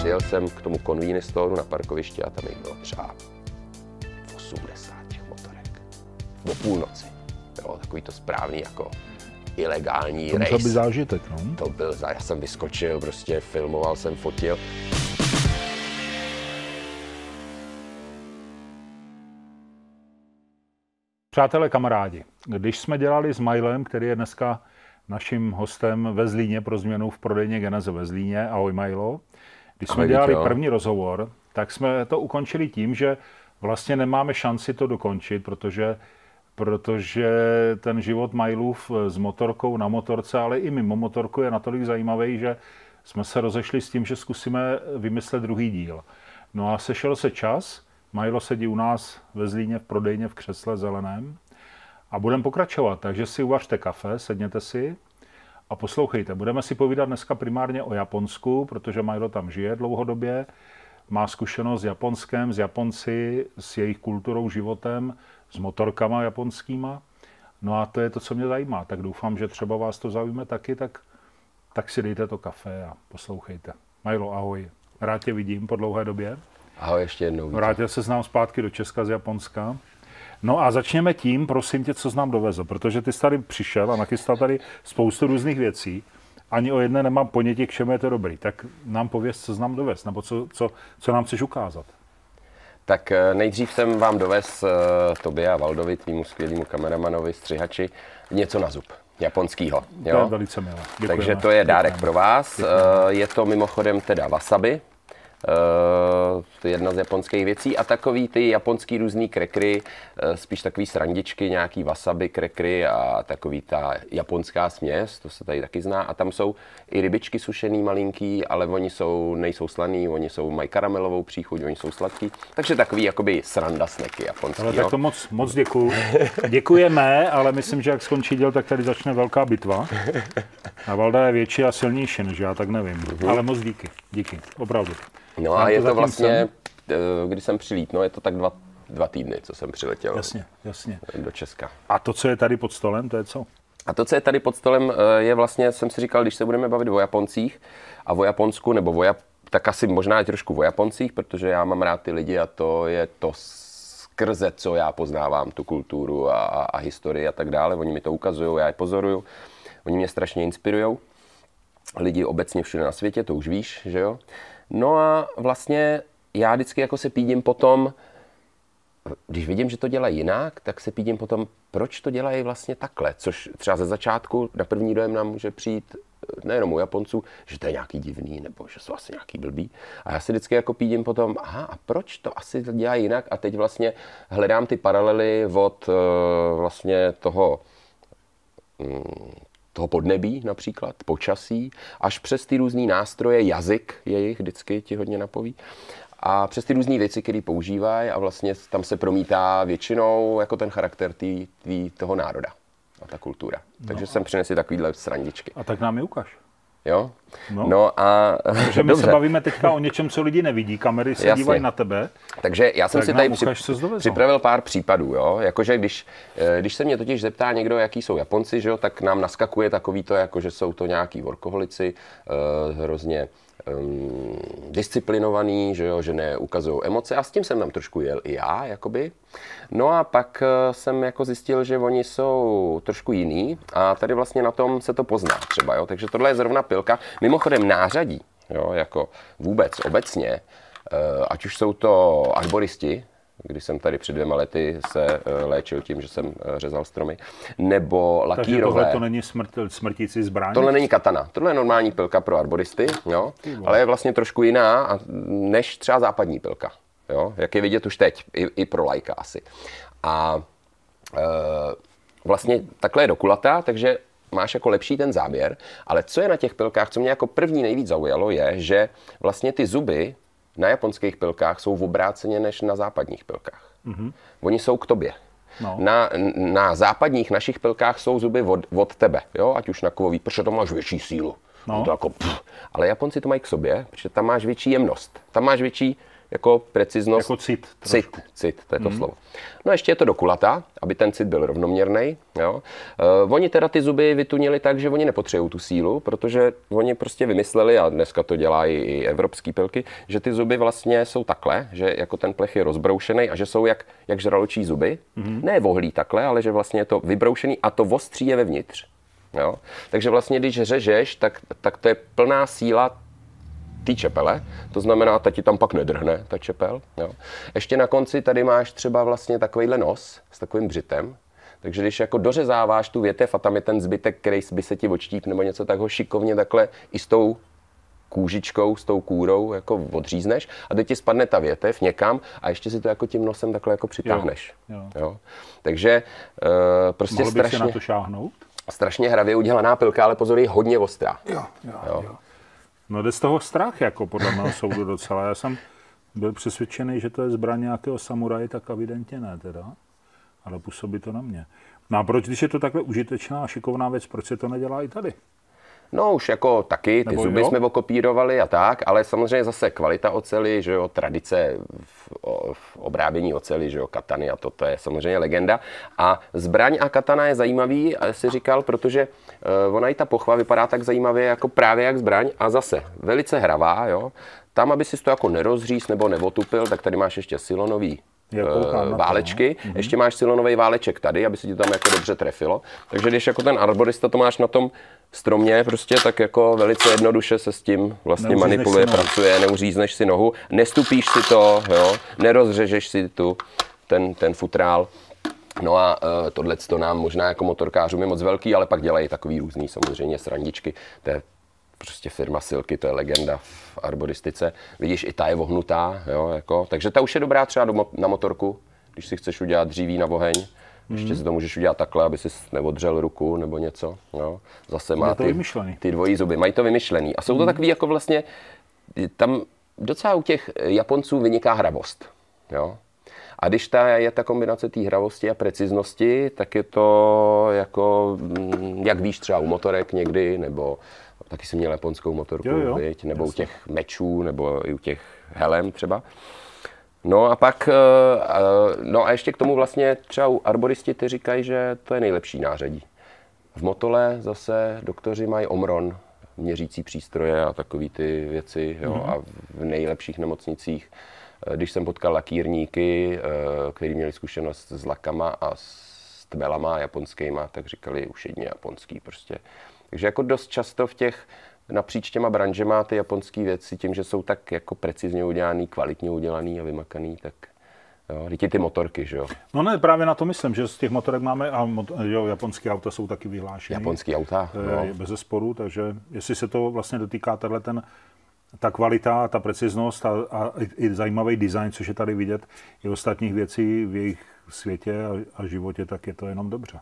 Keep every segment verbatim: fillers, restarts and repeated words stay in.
přijel jsem k tomu convenience store na parkovišti a tam jich bylo třeba osmdesát těch motorek. O půlnoci. Jo, takový to správný jako ilegální to race. To byl zážitek, no? To byl, já jsem vyskočil, prostě filmoval jsem, fotil. Přátelé, kamarádi, když jsme dělali s Mylem, který je dneska naším hostem ve Zlíně pro změnu v prodejně Geneze ve Zlíně, ahoj Milo, když jsme ahoj, dělali jo. první rozhovor, tak jsme to ukončili tím, že vlastně nemáme šanci to dokončit, protože, protože ten život Mylův s motorkou na motorce, ale i mimo motorku je natolik zajímavý, že jsme se rozešli s tím, že zkusíme vymyslet druhý díl. No a sešel se čas, Milo sedí u nás ve Zlíně v prodejně v křesle zeleném a budeme pokračovat, takže si uvařte kafe, sedněte si a poslouchejte. Budeme si povídat dneska primárně o Japonsku, protože Milo tam žije dlouhodobě, má zkušenost s Japonskem, s Japonci, s jejich kulturou, životem, s motorkama japonskýma. No a to je to, co mě zajímá. Tak doufám, že třeba vás to zaujme taky, tak, tak si dejte to kafe a poslouchejte. Milo, ahoj. Rád tě vidím po dlouhé době. Ahoj, ještě jednou. Vrátil se znám zpátky do Česka z Japonska. No a začněme tím, prosím tě, co znám dovezl, protože ty jsi tady přišel a nachystal tady spoustu různých věcí. Ani o jedné nemám ponětí, k čemu je to dobrý. Tak nám pověz, co znám dovez, nebo co, co, co nám chceš ukázat. Tak nejdřív jsem vám dovez uh, tobě a Valdovi, tvýmu skvělému kameramanovi, střihači, něco na zub. Japonskýho. Jo? To je velice milé. Děkujeme. Takže to je dárek Děkujeme. pro vás. Děkujeme. Je to mimochodem teda wasabi. Uh, to je jedna z japonských věcí a takový ty japonský různý krekry, uh, spíš takový srandičky, nějaký wasabi krekry a takový ta japonská směs, to se tady taky zná a tam jsou i rybičky sušený malinký, ale oni jsou, nejsou slaný, oni jsou, mají karamelovou příchuť, oni jsou sladký, takže takový jakoby sranda snacky japonský. Ale tak to moc, moc děkuju. Děkujeme, ale myslím, že jak skončí díl, tak tady začne velká bitva. A Valda je větší a silnější než já, tak nevím. Uh-huh. Ale moc díky, díky, opravdu. No a je to vlastně, jsem... když jsem přilítl, no je to tak dva, dva týdny, co jsem přiletěl jasně, jasně. do Česka. A to, co je tady pod stolem, to je co? A to, co je tady pod stolem, je vlastně, jsem si říkal, když se budeme bavit o Japoncích a o Japonsku, nebo o Jap- tak asi možná i trošku o Japoncích, protože já mám rád ty lidi a to je to skrze, co já poznávám, tu kulturu a, a, a historii a tak dále. Oni mi to ukazují, já je pozoruju, oni mě strašně inspirujou. Lidi obecně všude na světě, to už víš, že jo? No a vlastně já vždycky jako se pídím potom, když vidím, že to dělají jinak, tak se pídím potom, proč to dělají vlastně takhle, což třeba ze začátku na první dojem nám může přijít nejenom u Japonců, že to je nějaký divný, nebo že jsou asi nějaký blbý. A já se vždycky jako pídím potom, aha, a proč to asi dělají jinak? A teď vlastně hledám ty paralely od vlastně toho toho podnebí například, počasí, až přes ty různý nástroje, jazyk jejich vždycky ti hodně napoví, a přes ty různé věci, které používají a vlastně tam se promítá většinou jako ten charakter tý, tý, toho národa a ta kultura. Takže no. jsem přinesl takovýhle srandičky. A tak nám je ukaž. Jo? No, no a... Takže my se bavíme teďka o něčem, co lidi nevidí, kamery se Jasně. dívají na tebe. Takže já jsem tak si tady ukaž, při, připravil pár případů, jo? Jakože když, když se mě totiž zeptá někdo, jaký jsou Japonci, že jo? Tak nám naskakuje takový to, jako že jsou to nějaký workoholici, uh, hrozně um, disciplinovaný, že jo? Že neukazují emoce a s tím jsem tam trošku jel i já, jakoby. No a pak uh, jsem jako zjistil, že oni jsou trošku jiný a tady vlastně na tom se to pozná třeba, jo? Takže tohle je zrovna pilka. Mimochodem nářadí, jo? Jako vůbec, obecně, ať už jsou to arboristi, když jsem tady před dvěma lety se léčil tím, že jsem řezal stromy, nebo lakírové. Takže tohle to není smrt, smrtící zbraň? Tohle není katana, tohle je normální pilka pro arboristy, jo? Ale je vlastně trošku jiná než třeba západní pilka, jo? Jak je vidět už teď, i, i pro lajka asi. A e, vlastně takhle je dokulatá, takže máš jako lepší ten záběr, ale co je na těch pilkách, co mě jako první nejvíc zaujalo, je, že vlastně ty zuby na japonských pilkách jsou obráceně než na západních pilkách. Mm-hmm. Oni jsou k tobě. No. Na, na západních našich pilkách jsou zuby od, od tebe, jo? Ať už na kovový, protože tam máš větší sílu. No. To jako, pff, ale Japonci to mají k sobě, protože tam máš větší jemnost. Tam máš větší jako preciznost. Jako cit. Cit, cit, to je to mm. slovo. No ještě je to dokulata, aby ten cit byl rovnoměrný. Jo. Uh, oni teda ty zuby vytunili tak, že oni nepotřebují tu sílu, protože oni prostě vymysleli, a dneska to dělají i evropský pilky, že ty zuby vlastně jsou takhle, že jako ten plech je rozbroušený a že jsou jak, jak žraločí zuby. Mm. Ne vohlí takhle, ale že vlastně je to vybroušený a to ostří je vevnitř. Jo. Takže vlastně, když řežeš, tak, tak to je plná síla té čepele, to znamená, ta ti tam pak nedrhne, ta čepel. Jo. Ještě na konci tady máš třeba vlastně takovýhle nos s takovým břitem, takže když jako dořezáváš tu větev a tam je ten zbytek, který by se ti odštíp nebo něco, tak ho šikovně takhle i s tou kůžičkou, s tou kůrou jako odřízneš a teď ti spadne ta větev někam a ještě si to jako tím nosem takhle jako přitáhneš. Jo, jo. Jo. Takže uh, prostě Mohl strašně, bych si na to šáhnout? strašně hravě udělaná pilka, ale pozor, je hodně ostrá. Jo, jo, jo. jo. No jde z toho strach, jako podle mého soudu docela. Já jsem byl přesvědčený, že to je zbraň nějakého samuraje, tak evidentně ne teda. Ale působí to na mě. No a proč, když je to takhle užitečná a šikovná věc, proč se to nedělá i tady? No už jako taky, ty Nebo zuby jo? jsme okopírovali a tak, ale samozřejmě zase kvalita oceli, že jo, tradice v, o, v obrábění oceli, že jo, katany a to, to je samozřejmě legenda. A zbraň a katana je zajímavý, si říkal, protože uh, ona i ta pochva vypadá tak zajímavě jako právě jak zbraň a zase velice hravá, jo. Tam, aby si to jako nerozříz nebo nevotupil, tak tady máš ještě silonový uh, válečky. To, no. Ještě máš silonový váleček tady, aby se ti tam jako dobře trefilo. Takže když jako ten arborista to máš na tom stromě, prostě tak jako velice jednoduše se s tím vlastně neuřízneš manipuluje, pracuje, neuřízneš si nohu, nestupíš si to, jo, nerozřežeš si tu, ten, ten futrál. No a uh, tohleto nám možná jako motorkářům je moc velký, ale pak dělají takový různý samozřejmě srandičky. To je prostě firma Silky, to je legenda v arboristice. Vidíš, i ta je vohnutá, jo, jako. Takže ta už je dobrá třeba do, na motorku, když si chceš udělat dříví na oheň. Ještě si to můžeš udělat takhle, aby si neodřel ruku nebo něco. Jo. Zase má ty, ty dvojí zuby, mají to vymyšlený. A jsou to takový jako vlastně, tam docela u těch Japonců vyniká hravost. Jo. A když ta je ta kombinace té hravosti a preciznosti, tak je to jako, jak víš, třeba u motorek někdy, nebo taky jsem měl japonskou motorku, jo, jo. Viď, nebo jasně. U těch mečů, nebo i u těch helem třeba. No a pak, no a ještě k tomu vlastně třeba u arboristi ty říkají, že to je nejlepší nářadí. V motole zase doktoři mají Omron, měřící přístroje a takové ty věci, jo, mm-hmm. a v nejlepších nemocnicích. Když jsem potkal lakírníky, kteří měli zkušenost s lakama a s tmelama japonskýma, tak říkali už jedně japonský prostě. Takže jako dost často v těch napříč těma branžema ty japonské věci, tím, že jsou tak jako precizně udělaný, kvalitně udělaný a vymakaný, tak jo, ty ty motorky, že jo. No ne, právě na to myslím, že z těch motorek máme, a jo, japonské auta jsou taky vyhlášené. Japonské auta, no. Bez sporu, takže jestli se to vlastně dotýká tenhle ten, ta kvalita, ta preciznost a, a i zajímavý design, což je tady vidět, i ostatních věcí v jejich světě a, a životě, tak je to jenom dobře.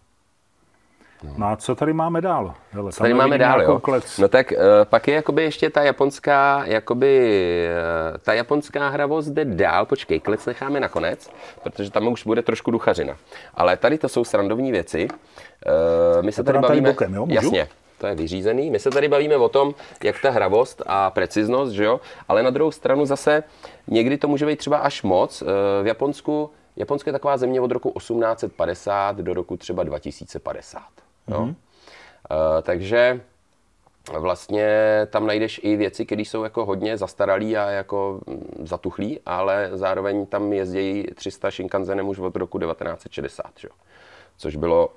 No. No a co tady máme dál? Hele, co tady máme dál, jo? Klec. No tak uh, pak je jakoby ještě ta japonská, jakoby, uh, ta japonská hravost jde dál, počkej, klec necháme nakonec, protože tam už bude trošku duchařina. Ale tady to jsou srandovní věci. Uh, my se tady bavíme, tady bokem, jo? Můžu? Jasně, to je vyřízený. My se tady bavíme o tom, jak ta hravost a preciznost, že jo? Ale na druhou stranu zase někdy to může být třeba až moc. Uh, v Japonsku, Japonsko je taková země od roku osmnáct set padesát do roku třeba dva tisíce padesát. No. Mm-hmm. Uh, takže vlastně tam najdeš i věci, které jsou jako hodně zastaralý a jako zatuchlý, ale zároveň tam jezdí tři sta Shinkansenem už od roku devatenáct set šedesát, že? Což bylo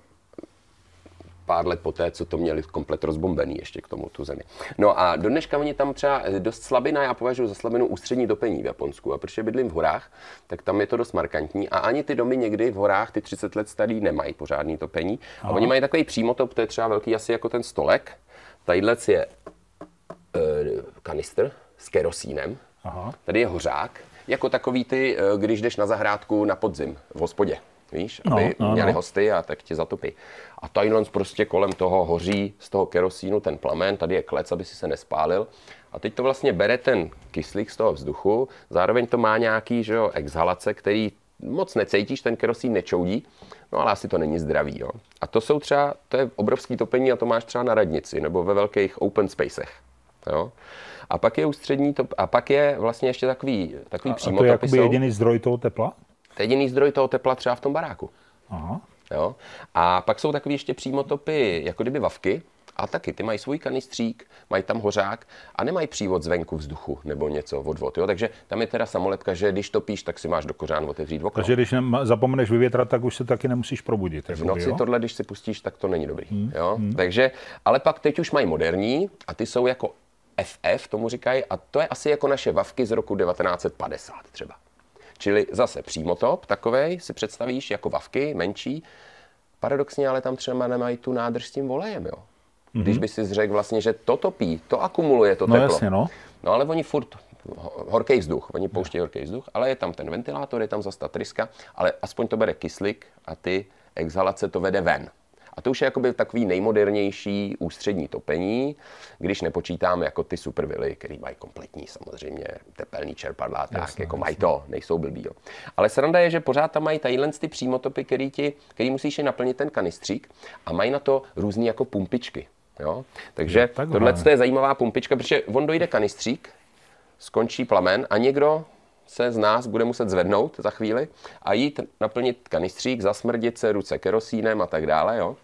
pár let poté, co to měli komplet rozbombený ještě k tomu tu zemi. No a do dneška oni tam třeba dost slabina, já považuji za slabinu ústřední topení v Japonsku. A protože bydlím v horách, tak tam je to dost markantní. A ani ty domy někdy v horách, ty třicet let starý, nemají pořádný topení. Aha. A oni mají takový přímotop, to je třeba velký asi jako ten stolek. Tadyhle je e, kanistr s kerosínem. Aha. Tady je hořák. Jako takový ty, když jdeš na zahrádku na podzim v hospodě. Víš, aby no, no, měli no. hosty a tak tě zatopí. A tadyhle prostě kolem toho hoří z toho kerosínu ten plamen, tady je klec, aby si se nespálil. A teď to vlastně bere ten kyslík z toho vzduchu, zároveň to má nějaký, že jo, exhalace, který moc necítíš, ten kerosín nečoudí, no ale asi to není zdravý, jo. A to jsou třeba, to je obrovský topení a to máš třeba na radnici nebo ve velkých open spacech. Jo? A pak je ústřední top, a pak je vlastně ještě takový, takový přímotopy. A to je jakoby jediný zdroj toho tepla? To je jediný zdroj toho tepla třeba v tom baráku. Aha. Jo? A pak jsou takový ještě přímotopy, jako kdyby vavky, a taky ty mají svůj kanistřík, mají tam hořák a nemají přívod zvenku vzduchu nebo něco od vod. Jo? Takže tam je teda samolepka, že když topíš, tak si máš do kořán otevřít okno. Takže když zapomeneš vyvětrat, tak už se taky nemusíš probudit. V noci tohle, když si pustíš, tak to není dobrý. Hmm. Jo? Hmm. Takže, ale pak teď už mají moderní a ty jsou jako F F, tomu říkají, a to je asi jako naše vavky z roku devatenáct set padesát třeba. Čili zase přímotop takovej, si představíš jako vavky, menší. Paradoxně, ale tam třeba nemají tu nádrž s tím volejem, jo. Mm-hmm. Když by si řekl vlastně, že to topí, to akumuluje to no teplo. Jasně, no. No ale oni furt, horký vzduch, oni pouštějí horký vzduch, ale je tam ten ventilátor, je tam zase ta tryska, ale aspoň to bere kyslík a ty exhalace to vede ven. A to už je jakoby takový nejmodernější ústřední topení, když nepočítáme jako ty supervily, který mají kompletní samozřejmě tepelný čerpadla, tak jasně, jako jasně. Mají to, nejsou blbý. Jo. Ale sranda je, že pořád tam mají tadyhle ty přímotopy, který, ti, který musíš je naplnit ten kanistřík a mají na to různý jako pumpičky. Jo. Takže tohle je zajímavá pumpička, protože on dojde kanistřík, skončí plamen a někdo se z nás bude muset zvednout za chvíli a jít naplnit kanistřík, zasmrdit se ruce kerosínem a tak dále, jo.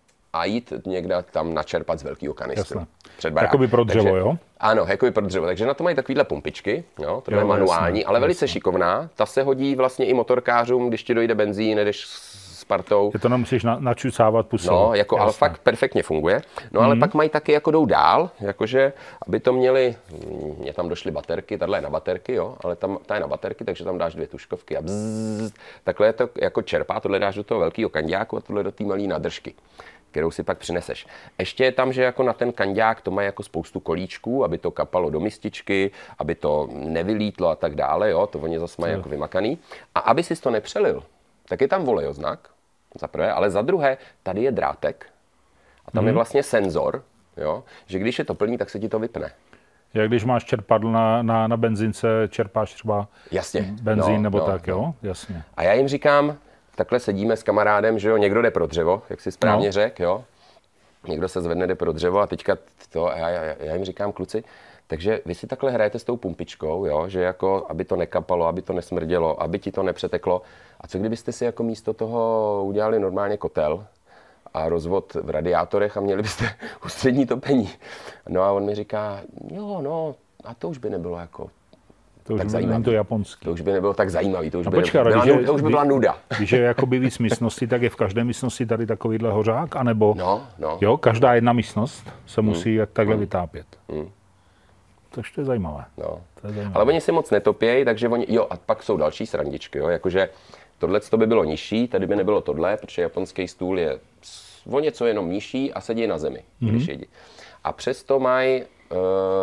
A jít někde tam načerpat z velkého kanistru. Před barák. Jakoby pro dřevo, takže, jo? Ano, jakoby pro dřevo. Takže na to mají takovéhle pumpičky, jo, to je manuální, jasný, ale velice jasný. Šikovná. Ta se hodí vlastně i motorkářům, když ti dojde benzín, jdeš s partou. Je to nemusíš na, načucávat pusou. No, jako, ale fakt perfektně funguje. No, ale mm. pak mají taky jako jdou dál, jakože, aby to měli, mě tam došly baterky, tahle je na baterky, jo, ale tam, ta je na baterky, takže tam dáš dvě tuškovky a bzzz, takhle je to jako čerpá, tohle dáš do toho velkého kanďáku a tohle do té malé nádržky, kterou si pak přineseš. Ještě je tam, že jako na ten kanďák to má jako spoustu kolíčků, aby to kapalo do mističky, aby to nevylítlo a tak dále, jo, to oni zase mají jako vymakaný. A aby si to nepřelil, tak je tam volejoznak, za prvé, ale za druhé, tady je drátek a tam mm. je vlastně senzor, jo, že když je to plný, tak se ti to vypne. Jak když máš čerpadlo na, na, na benzince, čerpáš třeba jasně. benzín no, nebo no, tak, no. jo, jasně. A já jim říkám, takhle sedíme s kamarádem, že jo, někdo jde pro dřevo, jak si správně no. řekl, jo. Někdo se zvedne, jde pro dřevo a teďka to, a já, já, já jim říkám, kluci, takže vy si takhle hrajete s tou pumpičkou, jo, že jako, aby to nekapalo, aby to nesmrdělo, aby ti to nepřeteklo. A co kdybyste si jako místo toho udělali normálně kotel a rozvod v radiátorech a měli byste ústřední topení. No a on mi říká, jo, no, a to už by nebylo jako to už tak by zajímavý. To japonský. To už by nebylo tak zajímavý, to už, no by, počkej, nebyla, že, to už by byla nuda. Když je jakoby víc místností, tak je v každé místnosti tady takovýhle hořák, anebo no, no. jo, každá jedna místnost se musí hmm. takhle hmm. vytápět. Hmm. Takže to je zajímavé. No. To je zajímavé. Ale oni si moc netopějí, takže oni, jo, a pak jsou další srandičky, jo, jakože tohle by bylo nižší, tady by nebylo tohle, protože japonský stůl je o něco jenom nižší a sedí na zemi, mm-hmm. když jedí. A přesto mají uh,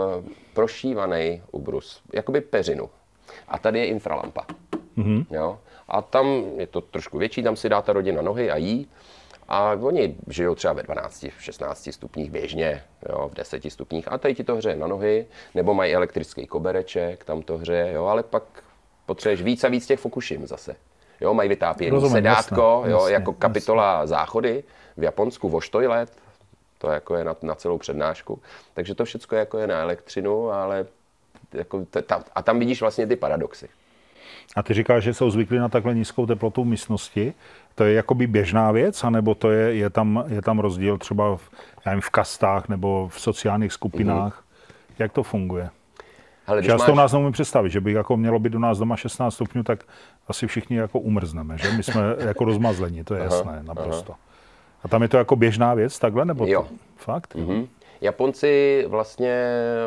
prošívaný ubrus, jakoby peřinu. A tady je infralampa. Mm-hmm. Jo? A tam je to trošku větší, tam si dá ta rodina nohy a jí. A oni žijou třeba ve dvanácti, šestnácti stupních běžně, jo, v deseti stupních. A tady ti to hřeje na nohy, nebo mají elektrický kobereček, tam to hřeje, jo, ale pak potřebuješ víc a víc těch Fukušim zase. Jo, mají vytápění Rozumím, sedátko, jasně, jo, jasně, jako kapitola jasně. záchody v Japonsku, voštojlet, to jako je na, na celou přednášku. Takže to všechno jako je na elektřinu, ale jako ta, a tam vidíš vlastně ty paradoxy. A ty říkáš, že jsou zvyklí na takhle nízkou teplotu v místnosti. To je jakoby běžná věc, anebo to je, je, tam, je tam rozdíl třeba v, já nevím, v kastách nebo v sociálních skupinách? Mm-hmm. Jak to funguje? Hele, já máš... to u nás neumím představit, že by jako mělo být u nás doma šestnáct stupňů, tak asi všichni jako umrzneme, že? My jsme jako rozmazlení, to je jasné, aha, naprosto. Aha. A tam je to jako běžná věc takhle, nebo to? Jo. Fakt? Mm-hmm. Japonci vlastně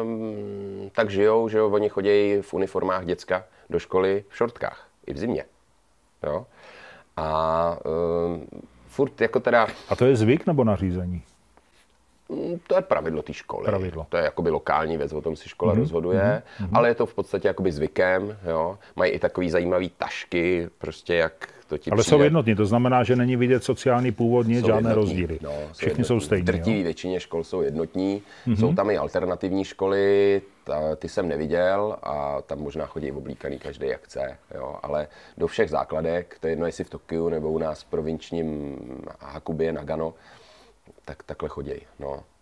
m, tak žijou, že jo, oni chodí v uniformách děcka do školy v šortkách, i v zimě. Jo? A um, furt jako teda... A to je zvyk nebo nařízení? To je pravidlo té školy. Pravidlo. To je jakoby lokální věc, o tom si škola mm-hmm. rozhoduje, mm-hmm. ale je to v podstatě jakoby zvykem, jo. Mají i takový zajímavý tašky, prostě jak to ti Ale přijde. jsou jednotní, to znamená, že není vidět sociální původ, nic, žádné jednotní. rozdíly. No, jsou Všichni jednotní. jsou stejní. V drtivé většině škol jsou jednotní, mm-hmm. jsou tam i alternativní školy, ta, ty jsem neviděl a tam možná chodí oblíkaný každý jak chce, jo. Ale do všech základek, to je jedno jestli v Tokiu nebo u nás v provinčním Hakubie, Nagano, tak takhle choděj, no.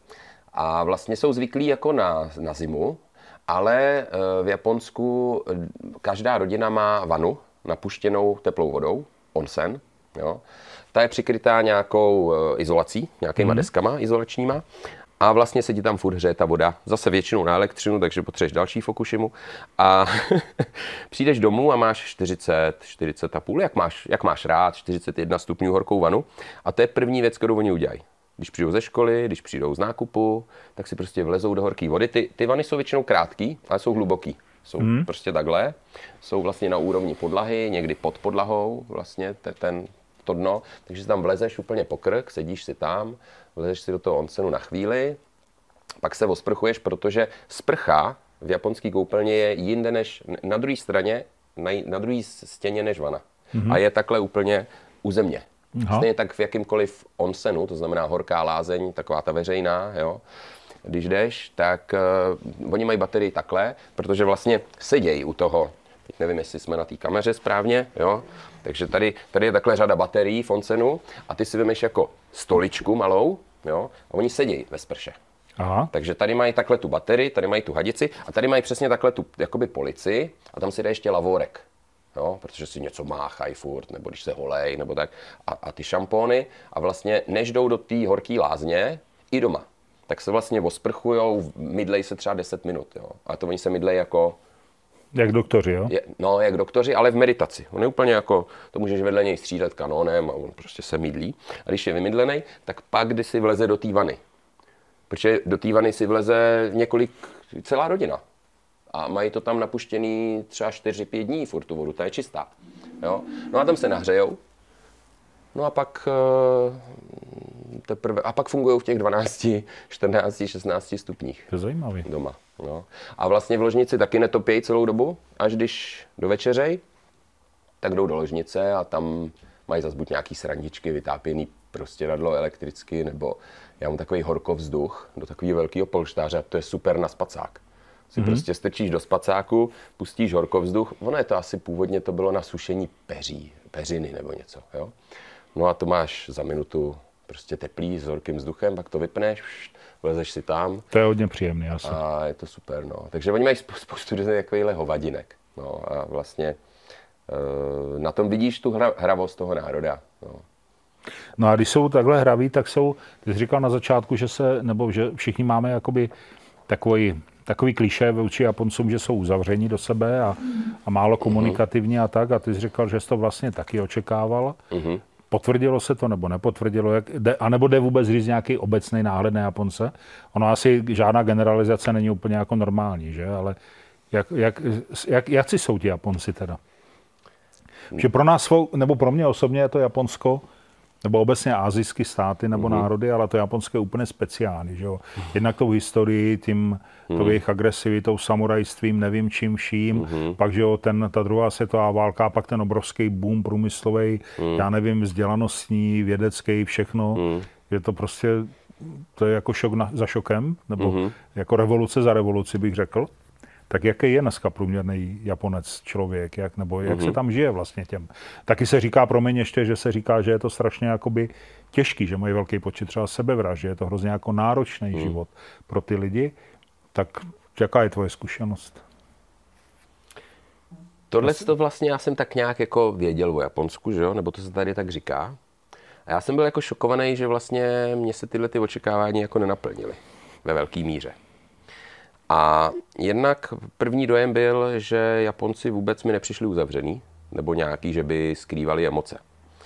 A vlastně jsou zvyklí jako na, na zimu, ale v Japonsku každá rodina má vanu napuštěnou teplou vodou, onsen, jo. Ta je přikrytá nějakou izolací, nějakýma mm. deskama izolačníma a vlastně se ti tam furt hřeje ta voda. Zase většinou na elektřinu, takže potřebuješ další Fukushimu. A přijdeš domů a máš čtyřicet, čtyřicet a půl, jak máš, jak máš rád, čtyřicet jedna stupňů horkou vanu. A to je první věc, kterou oni udělají. Když přijdou ze školy, když přijdou z nákupu, tak si prostě vlezou do horké vody. Ty, ty vany jsou většinou krátký, ale jsou hluboký. Jsou hmm. prostě takhle. Jsou vlastně na úrovni podlahy, někdy pod podlahou, vlastně ten, to dno. Takže si tam vlezeš úplně po krk, sedíš si tam, vlezeš si do toho onsenu na chvíli, pak se osprchuješ, protože sprcha v japonské koupelně je jinde než na druhé straně, na, na druhé stěně než vana. Hmm. A je takhle úplně u země. Aha. Stejně tak v jakýmkoliv onsenu, to znamená horká lázeň, taková ta veřejná, jo. Když jdeš, tak uh, oni mají baterii takhle, protože vlastně sedějí u toho, teď nevím, jestli jsme na té kameře správně, jo. Takže tady, tady je takhle řada baterií v onsenu a ty si vemeš jako stoličku malou, jo, a oni sedějí ve sprše. Aha. Takže tady mají takhle tu baterii, tady mají tu hadici a tady mají přesně takhle tu jakoby polici a tam si jde ještě lavórek. Jo, protože si něco máchají furt, nebo když se holej, nebo tak. A, a ty šampóny, a vlastně než jdou do té horké lázně, i doma, tak se vlastně osprchujou, mydlej se třeba deset minut. Jo. A to oni se mydlej jako... Jak doktoři, jo? Je, no, jak doktoři, ale v meditaci. On je úplně jako, to můžeš vedle něj střílet kanónem a on prostě se mydlí. A když je vymydlený, tak pak, kdy si vleze do té vany. Protože do té vany si vleze několik, celá rodina. A mají to tam napuštěný třeba čtyři pět dní, furt tu vodu, ta je čistá. Jo? No a tam se nahřejou. No a pak teprve, a pak fungují v těch dvanácti, čtrnácti, šestnácti stupních. To je zajímavý. Doma. No. A vlastně v ložnici taky netopějí celou dobu, až když do večeřej, tak jdou do ložnice a tam mají zase buď nějaký srandičky vytápěný prostěradlo elektricky, nebo já mám takový horkovzduch do takového velkého polštáře a to je super na spacák. Si mm-hmm. prostě strčíš do spacáku, pustíš horkovzduch, ono je to asi původně to bylo na sušení peří, peřiny nebo něco, jo. No a to máš za minutu prostě teplý s horkým vzduchem, pak to vypneš, vlezeš si tam. To je hodně příjemný asi. A je to super, no. Takže oni mají spoustu takovýchhle hovadinek, no a vlastně e, na tom vidíš tu hra, hravost toho národa, no. No a když jsou takhle hraví, tak jsou, ty jsi říkal na začátku, že se, nebo že všichni máme jakoby takový takový klišé vůči Japoncům, že jsou uzavření do sebe a, a málo komunikativní a tak. A ty jsi říkal, že jsi to vlastně taky očekával. Uh-huh. Potvrdilo se to nebo nepotvrdilo? Jak, de, a nebo jde vůbec říct nějaký obecný náhled na Japonce? Ono asi žádná generalizace není úplně jako normální, že? Ale jak, jak, jak, jak si jsou ti Japonci teda? Že pro nás, nebo pro mě osobně je to Japonsko, nebo obecně asijské státy nebo mm-hmm. národy, ale to Japonské je úplně speciální, že jo. Jednak tou historií, tím mm-hmm. tou jejich agresivitou, samurajstvím, nevím čím vším, mm-hmm. pak, že jo, ten, ta druhá světová válka, pak ten obrovský boom průmyslový, mm-hmm. já nevím, vzdělanostní, vědecký, všechno, mm-hmm. je to prostě, to je jako šok na, za šokem, nebo mm-hmm. jako revoluce za revoluci, bych řekl. Tak jaký je dneska průměrný Japonec člověk, jak, nebo jak mm-hmm. se tam žije vlastně těm. Taky se říká, promiň ještě, že se říká, že je to strašně jakoby těžký, že mají velký počet třeba sebevražd, že je to hrozně jako náročný mm. život pro ty lidi. Tak jaká je tvoje zkušenost? Tohle to vlastně já jsem tak nějak jako věděl o Japonsku, že jo? Nebo to se tady tak říká. A já jsem byl jako šokovaný, že vlastně mě se tyhle ty očekávání jako nenaplnily ve velké míře. A jednak první dojem byl, že Japonci vůbec mi nepřišli uzavřený, nebo nějaký, že by skrývali emoce.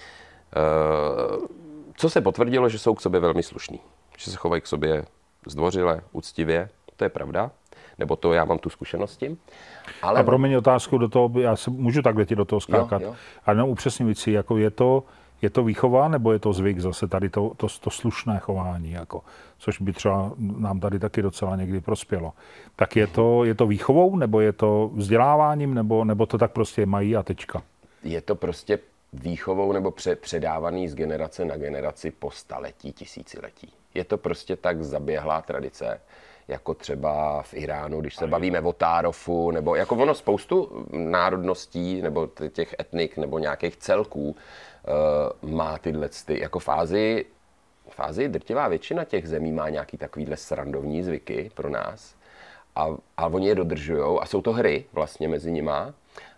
Co se potvrdilo, že jsou k sobě velmi slušní. Že se chovají k sobě zdvořile, úctivě, to je pravda. Nebo to já mám tu zkušenost s tím. Ale... A promiň otázku do toho, já se můžu takhle ti do toho skákat. Jo, jo. A jenom upřesňuji si, jako je to, je to výchova, nebo je to zvyk zase tady to, to, to slušné chování, jako, což by třeba nám tady taky docela někdy prospělo. Tak je to, je to výchovou, nebo je to vzděláváním, nebo, nebo to tak prostě mají a tečka? Je to prostě výchovou nebo pře- předávaný z generace na generaci po staletí, tisíciletí. Je to prostě tak zaběhlá tradice, jako třeba v Iránu, když se bavíme o Tárofu, nebo jako ono spoustu národností, nebo těch etnik, nebo nějakých celků uh, má tyhle ty jako fázi v Ázii drtivá většina těch zemí má nějaký takovýhle srandovní zvyky pro nás a, a oni je dodržujou a jsou to hry vlastně mezi nima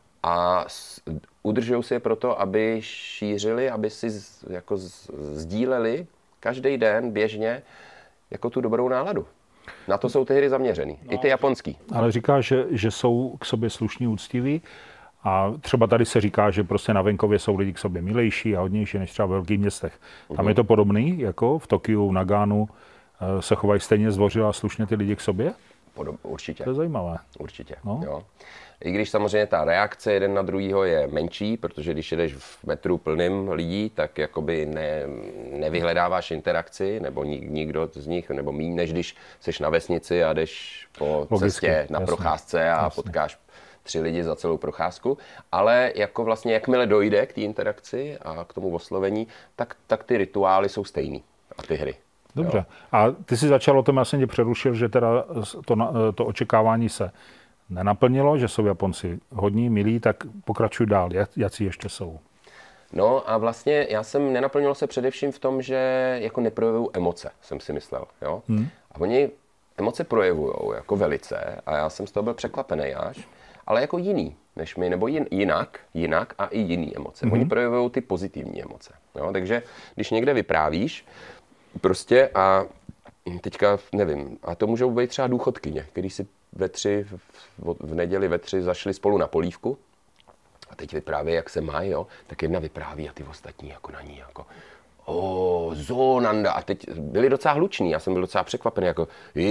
a udržují si je proto, aby šířili, aby si z, jako z, sdíleli každý den běžně jako tu dobrou náladu. Na to jsou ty hry zaměřený, no, i ty japonský. Ale říká, že, že jsou k sobě slušní, úctiví a třeba tady se říká, že prostě na venkově jsou lidi k sobě milejší a hodnější než třeba v velkých městech. Tam uhum. Je to podobný, jako v Tokiu, v Nagánu se chovají stejně zdvořile a slušně ty lidi k sobě? Podob, určitě. To je zajímavé. Určitě, no. jo. I když samozřejmě ta reakce jeden na druhýho je menší, protože když jedeš v metru plným lidí, tak jakoby ne, nevyhledáváš interakci, nebo nikdo z nich, nebo míň, než když seš na vesnici a jdeš po Logicky, cestě na jasný, procházce a jasný. Potkáš tři lidi za celou procházku, ale jako vlastně jakmile dojde k té interakci a k tomu oslovení, tak, tak ty rituály jsou stejný a ty hry. Dobře. Jo. A ty jsi začal o tom, já jsem tě přerušil, že teda to, to očekávání se nenaplnilo, že jsou Japonci hodní, milí, tak pokračuj dál. Jací ještě jsou? No a vlastně já jsem nenaplnilo se především v tom, že jako neprojevují emoce, jsem si myslel. Jo? Hmm. A oni emoce projevují jako velice a já jsem z toho byl překvapený až, ale jako jiný než my, nebo jin, jinak, jinak a i jiný emoce. Hmm. Oni projevují ty pozitivní emoce. Jo? Takže když někde vyprávíš, prostě a teďka nevím, a to můžou být třeba důchodkyně, když si ve tři, v, v neděli ve tři zašli spolu na polívku a teď vypráví, jak se mají, jo, tak jedna vypráví a ty ostatní jako na ní, jako o, Zonanda. A teď byli docela hluční, já jsem byl docela překvapený, jako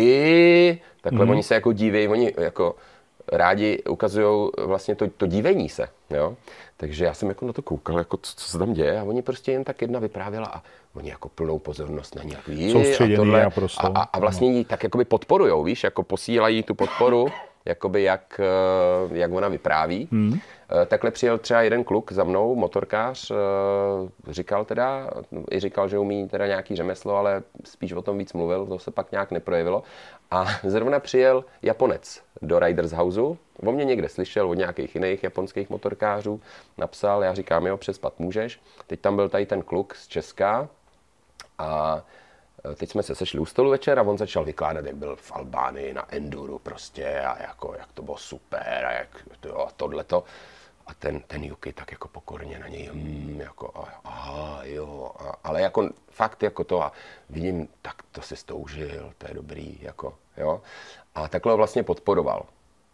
i, takhle mm. oni se jako dívějí, oni jako rádi ukazují vlastně to, to dívení se, jo. Takže já jsem jako na to koukal, jako co, co se tam děje a oni prostě jen tak jedna vyprávěla a oni jako plnou pozornost na ní, jako soustředěný a tohle, a, prostě, a, a vlastně ji tak jakoby podporujou, víš, jako posílají tu podporu, jakoby jak, jak ona vypráví. Hmm. Takhle přijel třeba jeden kluk za mnou, motorkář, říkal teda, i říkal, že umí teda nějaký řemeslo, ale spíš o tom víc mluvil, to se pak nějak neprojevilo. A zrovna přijel Japonec do Riders Houseu, o mě někde slyšel od nějakých jiných japonských motorkářů, napsal, já říkám, jo, přespat můžeš. Teď tam byl tady ten kluk z Česka a teď jsme se sešli u stolu večer a on začal vykládat, jak byl v Albánii na enduru prostě a jako, jak to bylo super a jak to, tohleto. A ten, ten Yuki tak jako pokorně na něj, hmm, jako aha, jo, a, ale jako fakt jako to a vidím, tak to si stoužil, to je dobrý, jako, jo. A takhle ho vlastně podporoval.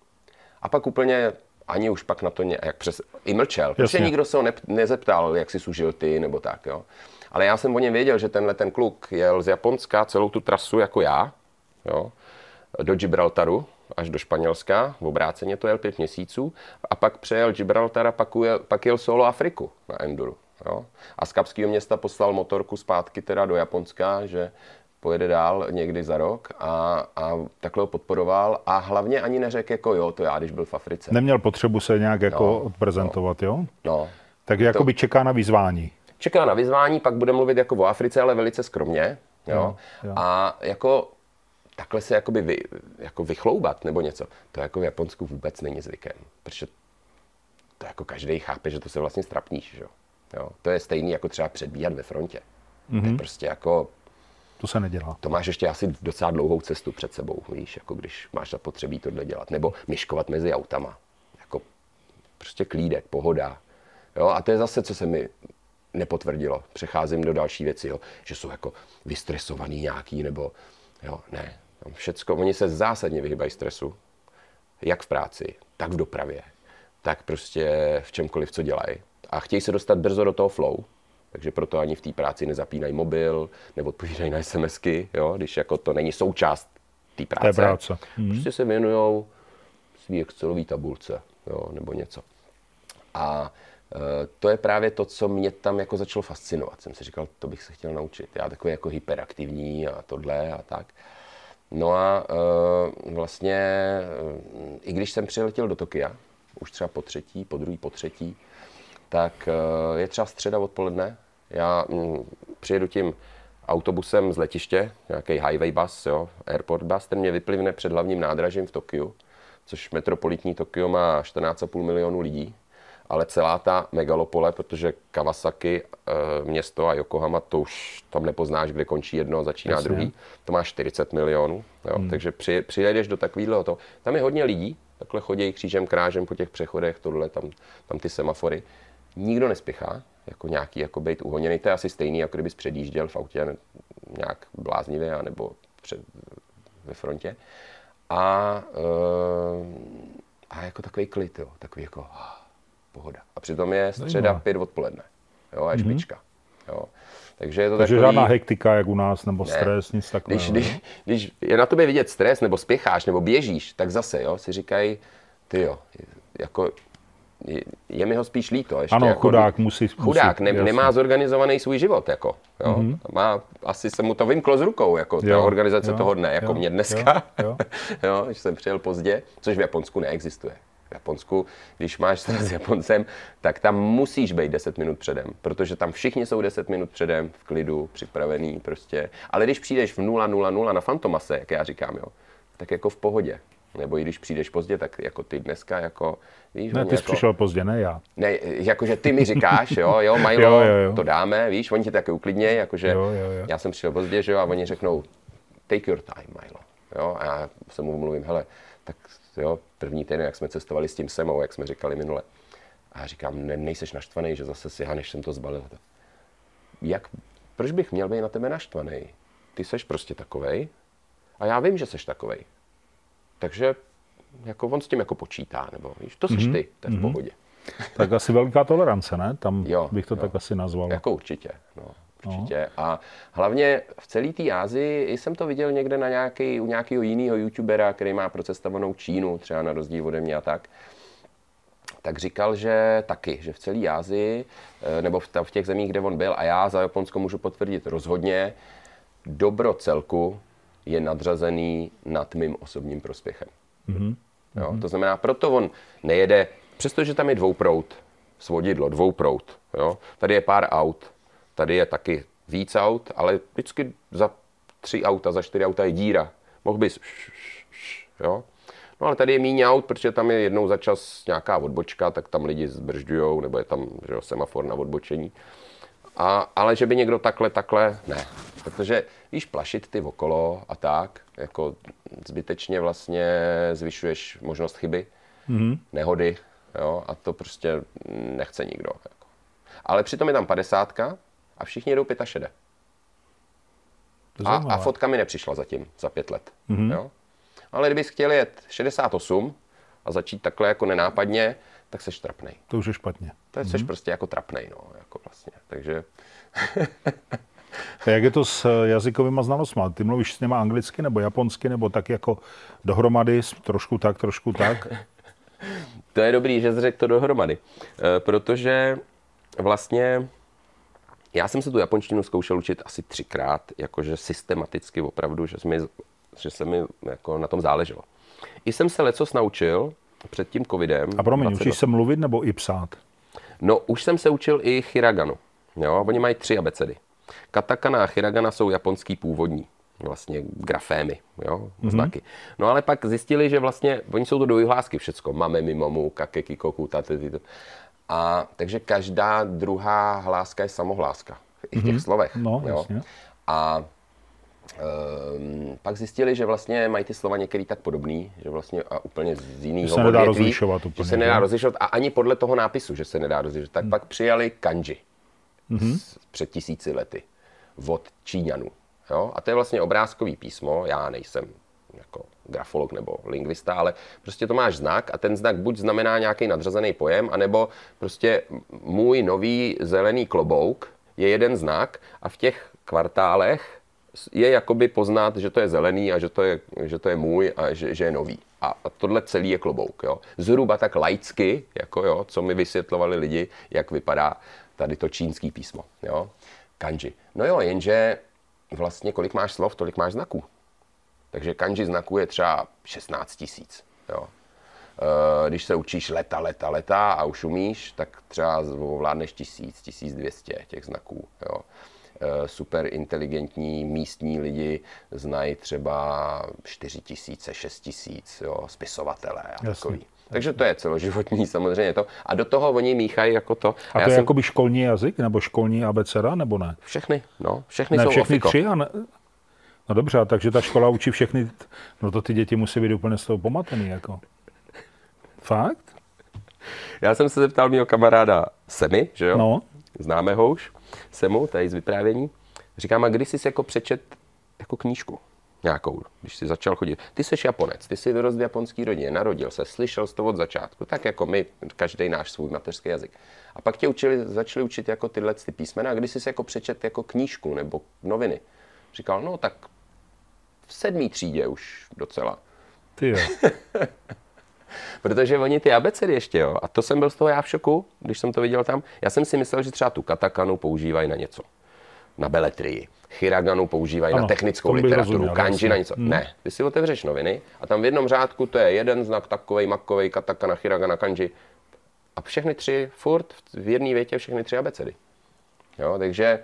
A pak úplně ani už pak na to nějak přes, i mlčel, protože Jasně. nikdo se ho ne, nezeptal, jak si sužil ty, nebo tak, jo. Ale já jsem o něm věděl, že tenhle ten kluk jel z Japonska celou tu trasu jako já, jo, do Gibraltaru až do Španělska, v obráceně to jel pět měsíců a pak přejel Gibraltar a pak jel, pak jel solo Afriku na enduru. Jo. A z Kapského města poslal motorku zpátky teda do Japonska, že pojede dál někdy za rok a, a takhle ho podporoval a hlavně ani neřekl jako jo, to já, když byl v Africe. Neměl potřebu se nějak jako no, odprezentovat, no, jo? No. Tak jakoby čeká na vyzvání. Čeká na vyzvání, pak bude mluvit jako o Africe, ale velice skromně. Jo? Jo, jo. A jako takhle se jakoby vy, jako vychloubat nebo něco, to jako v Japonsku vůbec není zvykem. Protože to jako každý chápe, že to se vlastně strapníš. Jo? Jo? To je stejný jako třeba předbíhat ve frontě. Mm-hmm. To je prostě jako... To se nedělá. To máš ještě asi docela dlouhou cestu před sebou, víš, jako když máš zapotřebí tohle dělat. Nebo myškovat mezi autama. Jako prostě klídek, pohoda. Jo? A to je zase, co se mi nepotvrdilo. Přecházím do další věci, jo? Že jsou jako vystresovaný nějaký, nebo jo, ne. Všecko, oni se zásadně vyhýbají stresu. Jak v práci, tak v dopravě, tak prostě v čemkoliv, co dělají. A chtějí se dostat brzo do toho flow, takže proto ani v té práci nezapínají mobil, nebo odpovídají na SMSky, jo? Když jako to není součást té práce. práce. Mm. Prostě se věnujou svý excelový tabulce, jo? Nebo něco. A e, to je právě to, co mě tam jako začalo fascinovat. Jsem si říkal, to bych se chtěl naučit. Já takový jako hyperaktivní a tohle a tak. No a e, vlastně, e, i když jsem přiletěl do Tokia, už třeba po třetí, po druhý, po třetí, tak e, je třeba středa odpoledne. Já m, přijedu tím autobusem z letiště, nějaký highway bus, jo, airport bus, ten mě vyplivne před hlavním nádražím v Tokiu, což metropolitní Tokio má čtrnáct a půl milionu lidí. ale celá ta megalopole, protože Kawasaki, město a Yokohama, to už tam nepoznáš, kde končí jedno, začíná Jasně. druhý, to má čtyřicet milionů, jo? Hmm. takže při, přijedeš do takového to, tam je hodně lidí, takhle chodí křížem krážem po těch přechodech, tohle, tam, tam ty semafory, nikdo nespěchá, jako nějaký jako bejt uhoněný, to je asi stejný, jako kdybys předjížděl v autě nějak bláznivě, nebo před, ve frontě. A, a jako takový klid, jo, takový jako pohoda. A přitom je středa pět odpoledne, jo, a je mm-hmm. špička, jo. Takže je to Takže takový... žádná hektika, jak u nás, nebo ne. stres, nic takového. Když, když, když je na tobě vidět stres, nebo spěcháš, nebo běžíš, tak zase, jo, si říkají, ty jo, jako... Je, je mi ho spíš líto. Ještě ano, jako, chudák musí... Chudák, musí, ne, nemá zorganizovaný svůj život, jako, jo. Mm-hmm. Má, asi se mu to vymklo z rukou, jako ta organizace jo, toho dne, jako jo, mě dneska, jo, jo. jo, že jsem přijel pozdě, což v Japonsku neexistuje. V Japonsku, když máš se s Japoncem, tak tam musíš být deset minut předem, protože tam všichni jsou deset minut předem, v klidu, připravený prostě. Ale když přijdeš v nula nula nula na Fantomase, jak já říkám, jo, tak jako v pohodě. Nebo i když přijdeš pozdě, tak jako ty dneska, jako, víš, ne, ty jsi jako, přišel pozdě, ne já. Ne, jakože ty mi říkáš, jo, jo, Milo, jo, jo, jo. to dáme, víš, oni tě taky uklidnějí, jakože jo, jo, jo. já jsem přišel pozdě, že jo, a oni řeknou, take your time, Milo, jo, a já se mu mluvím, hele, tak jo, první týden, jak jsme cestovali s tím Semou, jak jsme říkali minule, a já říkám, ne, nejseš naštvaný, že zase si, než jsem to zbalil. Jak, proč bych měl být na tebe naštvaný? Ty seš prostě takovej a já vím, že seš takovej. Takže jako on s tím jako počítá, nebo víš, to seš ty, to je v pohodě. Tak asi velká tolerance, ne? Tam jo, bych to jo. tak asi nazval. Jako určitě, no, určitě. No. A hlavně v celé té Asii jsem to viděl někde na nějaký, u nějakého jiného youtubera, který má procestovanou Čínu, třeba na rozdíl ode mě a tak. Tak říkal, že taky, že v celé Asii, nebo v těch zemích, kde on byl, a já za Japonsko můžu potvrdit rozhodně, dobro celku je nadřazený nad mým osobním prospěchem. Mm-hmm. Jo, to znamená, proto on nejede, přestože tam je dvouproud, svodidlo, dvouproud. Jo. Tady je pár aut, tady je taky víc aut, ale vždycky za tři auta, za čtyři auta je díra. Mohl bys, jo. No ale tady je míň aut, protože tam je jednou za čas nějaká odbočka, tak tam lidi zbržďujou, nebo je tam že jo, semafor na odbočení. A, ale že by někdo takhle, takhle, ne. Protože víš, plašit ty okolo a tak, jako zbytečně vlastně zvyšuješ možnost chyby, mm-hmm. nehody, jo, a to prostě nechce nikdo. Jako. Ale přitom je tam padesátka a všichni jedou šedesát pět. A, a fotka mi nepřišla zatím, za pět let. Mm-hmm. Jo. Ale kdybys chtěl jet šedesát osm a začít takhle jako nenápadně, tak seš trapnej. To už je špatně. To je mm-hmm. seš prostě jako trapnej, no, jako vlastně, takže... Jak je to s jazykovýma znalostmi? Ty mluvíš s něma anglicky nebo japonsky, nebo tak jako dohromady, trošku tak, trošku tak? To je dobrý, že jsi řekl to dohromady, protože vlastně já jsem se tu japonštinu zkoušel učit asi třikrát, jakože systematicky opravdu, že, mi, že se mi jako na tom záleželo. I jsem se lecos naučil před tím covidem. A promiň, učíš se mluvit nebo i psát? No, už jsem se učil i hiraganu. Jo, oni mají tři abecedy. Katakana a hiragana jsou japonský původní, vlastně grafémy, jo, mm-hmm. znaky. No ale pak zjistili, že vlastně, oni jsou to dvojhlásky všecko, mame, mimomu, kake, kikoku, tate, a takže každá druhá hláska je samohláska, i v těch mm-hmm. slovech. No, jo. Jasně. A um, pak zjistili, že vlastně mají ty slova některý tak podobný, že vlastně a úplně z jiného se nedá rozlišovat úplně, že se nedá rozlišovat a ani podle toho nápisu, že se nedá rozlišovat. Tak mm. pak přijali kanji. Mm-hmm. Před tisíci lety od Číňanů. Jo? A to je vlastně obrázkový písmo, já nejsem jako grafolog nebo lingvista, ale prostě to máš znak a ten znak buď znamená nějaký nadřazený pojem, anebo prostě můj nový zelený klobouk je jeden znak a v těch kvartálech je jakoby poznat, že to je zelený a že to je, že to je můj a že, že je nový. A, a tohle celý je klobouk. Jo? Zhruba tak laicky, jako jo, co mi vysvětlovali lidi, jak vypadá tady to čínský písmo, jo, kanji. No jo, jenže vlastně kolik máš slov, tolik máš znaků. Takže kanji znaků je třeba šestnáct tisíc, jo. Když se učíš leta, leta, leta a už umíš, tak třeba ovládneš tisíc, tisíc dvě stě těch znaků, jo. super inteligentní místní lidi znají třeba čtyři tisíce, šest tisíc, jo, spisovatele a takový. Takže to je celoživotní samozřejmě to. A do toho oni míchají jako to. A, a to je jsem... jakoby školní jazyk, nebo školní abeceda, nebo ne? Všechny, no. Všechny ne, jsou všechny ofiko. tři a ne... No dobře, takže ta škola učí všechny, no to ty děti musí být úplně z toho pomatený, jako. Fakt? Já jsem se zeptal mýho kamaráda Semi, že jo? No. Známe ho už, Semu, tady z vyprávění. Říkám, a kdy jsi jako přečet jako knížku nějakou, když jsi začal chodit. Ty jsi Japonec, ty jsi vyrost v japonský rodině, narodil se, slyšel jsi to od začátku, tak jako my, každý náš svůj mateřský jazyk. A pak tě učili, začali učit jako tyhle ty písmena, a kdy jsi jako přečet jako knížku nebo noviny. Říkal, no tak v sedmý třídě už docela. Ty jo. Protože oni ty abecedy ještě, jo. A to jsem byl z toho já v šoku, když jsem to viděl tam. Já jsem si myslel, že třeba tu katakanu používají na něco. Na beletrii. Hiraganu používají ano, na technickou literaturu, kanji na něco. Hmm. Ne, ty si otevřeš noviny a tam v jednom řádku to je jeden znak takovej, makovej, katakana, hiragana, kanji. A všechny tři, furt v jedné větě všechny tři abecedy. Jo, takže...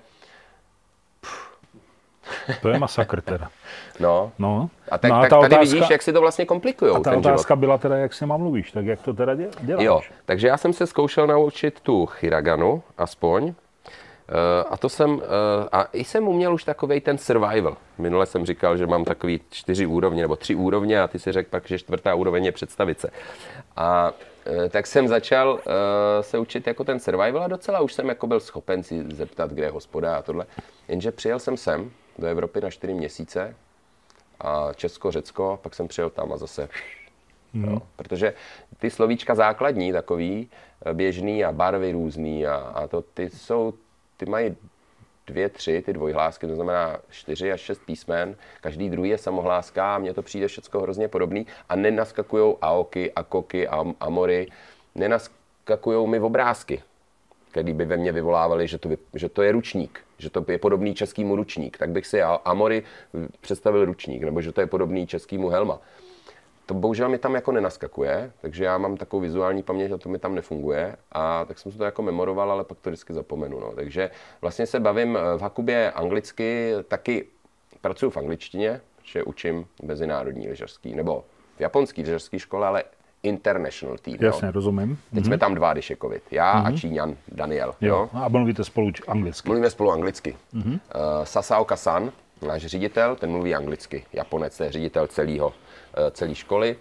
To je masakr teda. No. no. A tak, no a tak ta tady otázka, vidíš, jak si to vlastně komplikujou. A ta ten otázka život. byla teda, jak s něma mluvíš, tak jak to teda děláš? Jo, takže já jsem se zkoušel naučit tu hiraganu aspoň. Uh, a to jsem, uh, a i jsem uměl už takovej ten survival. Minule jsem říkal, že mám takový čtyři úrovně, nebo tři úrovně a ty si řekl pak, že čtvrtá úroveň je představit se. A uh, tak jsem začal uh, se učit jako ten survival a docela už jsem jako byl schopen si zeptat, kde je hospoda a tohle. Jenže přijel jsem sem do Evropy na čtyři měsíce a Česko, Řecko, pak jsem přijel tam a zase... Mm. Jo, protože ty slovíčka základní, takový běžný a barvy různý a, a to ty jsou, ty mají dvě, tři, ty dvojhlásky, to znamená čtyři až šest písmen, každý druhý je samohláska a mně to přijde všecko hrozně podobný a nenaskakujou aoky, akoky, am, amory, nenaskakujou mi obrázky, který by ve mně vyvolávali, že to, by, že to je ručník, že to je podobný českýmu ručník, tak bych si amory představil ručník, nebo že to je podobný českýmu helma. To bohužel mi tam jako nenaskakuje, takže já mám takovou vizuální paměť a to mi tam nefunguje a tak jsem si to jako memoroval, ale pak to vždycky zapomenu. No. Takže vlastně se bavím v Hakubě anglicky, taky pracuji v angličtině, že učím mezinárodní lyžařský, nebo v japonský lyžařský škole, ale international team. Jasně, no. rozumím. Teď mm-hmm. jsme tam dva, když je covid. Já mm-hmm. a Číňan Daniel. Jo. No. A mluvíte spolu anglicky? Mluvíme spolu anglicky. Mm-hmm. Uh, Sasaoka-san, náš ředitel, ten mluví anglicky. Japonec, to je ředitel celého celé školy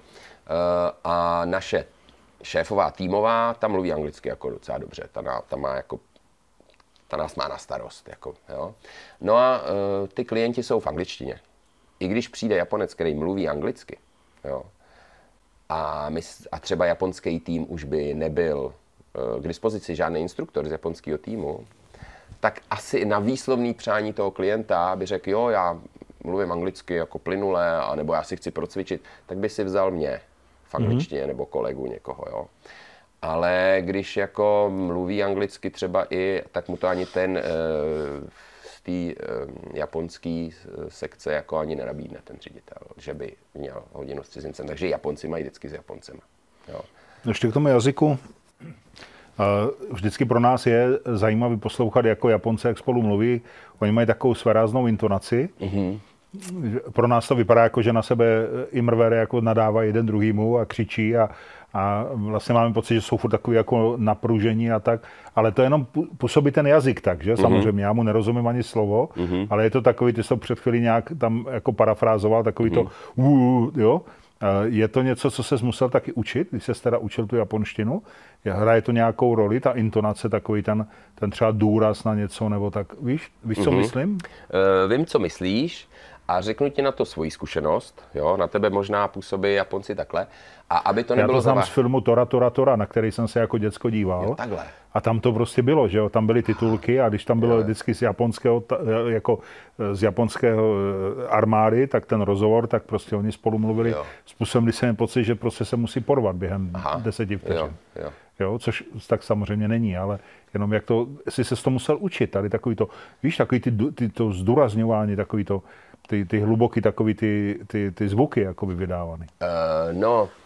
a naše šéfová týmová, ta mluví anglicky jako docela dobře, ta, ná, ta, má jako, ta nás má na starost. Jako, jo. No a uh, ty klienti jsou v angličtině. I když přijde Japonec, který mluví anglicky, jo, a, my, a třeba japonský tým už by nebyl uh, k dispozici žádný instruktor z japonského týmu, tak asi na výslovný přání toho klienta by řekl, jo, já mluvím anglicky jako plynule, anebo já si chci procvičit, tak by si vzal mě v angličtině mm-hmm. nebo kolegu někoho, jo. Ale když jako mluví anglicky třeba i, tak mu to ani ten e, z té e, japonské sekce jako ani nenabídne ten ředitel, že by měl hodinu s cizincem. Takže Japonci mají vždycky s Japoncem. Jo. Ještě k tomu jazyku. Vždycky pro nás je zajímavý poslouchat jako Japonce, jak spolu mluví. Oni mají takovou svéráznou intonaci. Mm-hmm. Pro nás to vypadá jako, že na sebe imrvere jako nadává jeden druhýmu a křičí a, a vlastně máme pocit, že jsou furt takový jako napružení a tak, ale to jenom působí ten jazyk tak, že? Samozřejmě, mm-hmm. já mu nerozumím ani slovo, mm-hmm. ale je to takový, ty jsi to před chvílí nějak tam jako parafrázoval, takový mm-hmm. to uh, jo? Je to něco, co ses musel taky učit, když ses teda učil tu japonštinu? Hraje to nějakou roli, ta intonace, takový ten, ten třeba důraz na něco, nebo tak, víš, víš, co mm-hmm. myslím? Uh, vím, co myslíš a řeknu ti na to svoji zkušenost, jo, na tebe možná působí Japonci takhle. A aby to nebylo Já to znám zava... z filmu Tora, Tora, Tora, na který jsem se jako děcko díval. Jo, takhle. A tam to prostě bylo, že jo, tam byly titulky a když tam bylo vždycky z japonského, jako z japonského armády, tak ten rozhovor, tak prostě oni spolu mluvili jo. způsobem, kdy jsem měl pocit, že prostě se musí porvat během Aha. deseti vteřin. Jo, jo. Jo, což tak samozřejmě není, ale jenom jak to, jsi se to musel učit, tady takový to, víš, takový ty, ty to zdůrazňování, takový to, ty, ty hluboký, takový ty, ty, ty zvuky, jakoby vydávaný. Uh, no,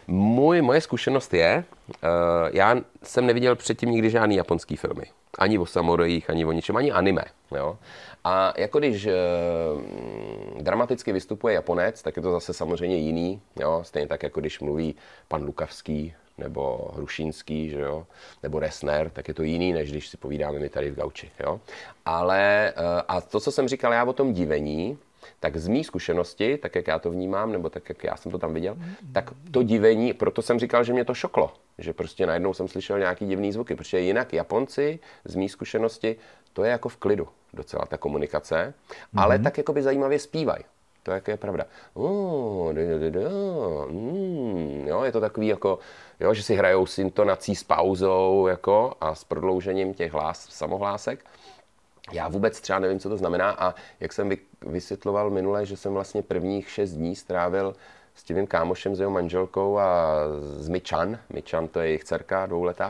Můj, moje zkušenost je, uh, já jsem neviděl předtím nikdy žádný japonský filmy. Ani o samurajích, ani o ničem, ani anime. Jo? A jako když uh, dramaticky vystupuje Japonec, tak je to zase samozřejmě jiný. Jo? Stejně tak, jako když mluví pan Lukavský nebo Hrušínský, že jo? Nebo Resner, tak je to jiný, než když si povídáme my tady v gauči. Jo? Ale uh, a to, co jsem říkal já o tom divení, tak z mý zkušenosti, tak jak já to vnímám, nebo tak jak já jsem to tam viděl, tak to divení, proto jsem říkal, že mě to šoklo, že prostě najednou jsem slyšel nějaký divný zvuky, protože jinak Japonci z mý zkušenosti, to je jako v klidu docela ta komunikace, mm-hmm. ale tak jakoby zajímavě zpívají. To jako je pravda. Oh, da, da, da, mm, jo, je to takový jako, jo, že si hrajou s intonací, s pauzou jako, a s prodloužením těch hlás, samohlásek. Já vůbec třeba nevím, co to znamená a jak jsem vysvětloval minule, že jsem vlastně prvních šest dní strávil s tím kámošem, s jeho manželkou a s Michan. Michan, to je jejich dcerka, dvouletá.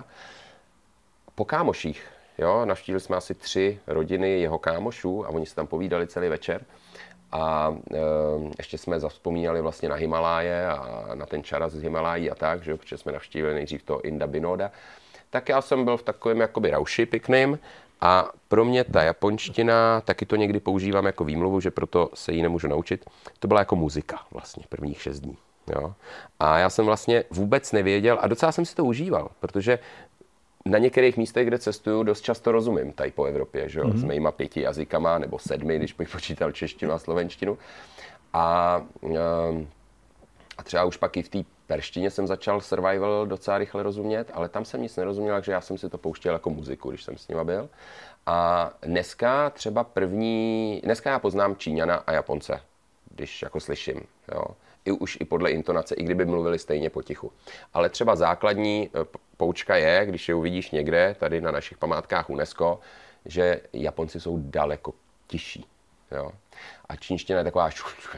Po kámoších, jo, navštívili jsme asi tři rodiny jeho kámošů a oni se tam povídali celý večer. A e, ještě jsme zavzpomínali vlastně na Himaláje a na ten čaras z Himalájí a tak, že, protože jsme navštívili nejdřív to Inda Binoda. Tak já jsem byl v takovém jakoby rauši pěkným. A pro mě ta japonština, taky to někdy používám jako výmluvu, že proto se ji nemůžu naučit, to byla jako muzika vlastně prvních šest dní. Jo? A já jsem vlastně vůbec nevěděl a docela jsem si to užíval, protože na některých místech, kde cestuju, dost často rozumím tady po Evropě, že jo? Mm-hmm. S mýma pěti jazykama, nebo sedmi, když bych počítal češtinu a slovenštinu. A, a třeba už pak i v té perštině jsem začal survival docela rychle rozumět, ale tam jsem nic nerozuměl, takže já jsem si to pouštěl jako muziku, když jsem s nima byl. A dneska třeba první, dneska já poznám Číňana a Japonce, když jako slyším, jo. I už i podle intonace, i kdyby mluvili stejně potichu. Ale třeba základní poučka je, když je uvidíš někde, tady na našich památkách UNESCO, že Japonci jsou daleko tižší. Jo. A čínština je taková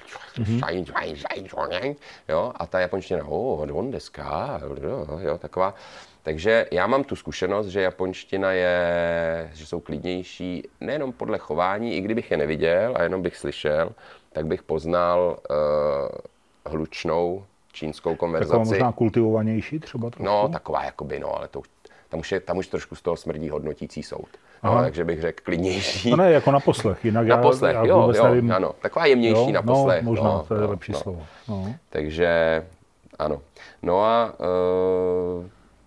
mm-hmm. jo, a ta japonština, oh, on deska, jo, taková. Takže já mám tu zkušenost, že japonština je, že jsou klidnější, nejenom podle chování, i kdybych je neviděl a jenom bych slyšel, tak bych poznal uh, hlučnou čínskou konverzaci. Taková možná kultivovanější třeba trošku? No, taková jakoby, no, ale to, tam, už je, tam už trošku z toho smrdí hodnotící soud. No, takže bych řekl klidnější. No ne, jako na poslech, jinak na poslech, já, já jo, vůbec jo, nevím. Ano, taková jemnější jo, na poslech. No, možná, no, to je no, lepší no. slovo. No. Takže, ano. No a uh,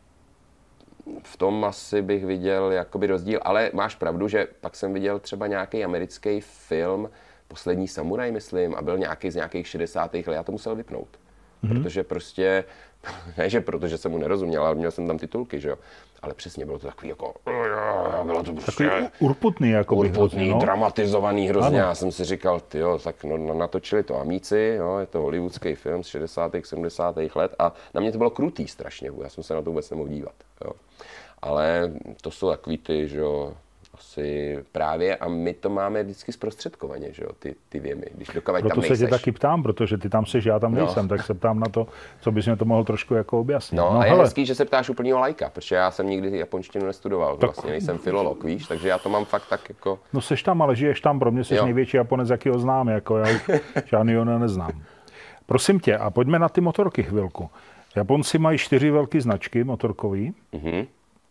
v tom asi bych viděl jakoby rozdíl, ale máš pravdu, že pak jsem viděl třeba nějaký americký film, Poslední samuraj, myslím, a byl nějaký z nějakých šedesátých let, já to musel vypnout. Mm-hmm. Protože prostě, ne, že protože jsem mu nerozuměl, ale měl jsem tam titulky, že jo. Ale přesně bylo to takový jako, bylo to prostě takový urputný, jako urputný, no? Dramatizovaný hrozně. Ano. Já jsem si říkal, tyjo, tak no, natočili to Amíci, jo, je to hollywoodský film z šedesátých, sedmdesátých let a na mě to bylo krutý strašně, já jsem se na to vůbec nemohl dívat, jo. Ale to jsou takový ty, že jo, asi právě a my to máme vždycky zprostředkovaně, že jo, ty, ty věmy, když dokavať Proto tam nejseš. se tě taky ptám, protože ty tam seš, já tam nejsem, no. Tak se ptám na to, co bys mě to mohl trošku jako objasnit. No, no a je hezký, že se ptáš úplnýho lajka, protože já jsem nikdy japonštinu nestudoval, tak... vlastně nejsem filolog, víš, takže já to mám fakt tak jako... No seš tam, ale žiješ tam, pro mě seš jo. největší Japonec, jakýho znám, jako já už žádnýho neznám. Prosím tě, a pojďme na ty motorky chvilku. Japonci mají čtyři velké značky motorkový. Mhm.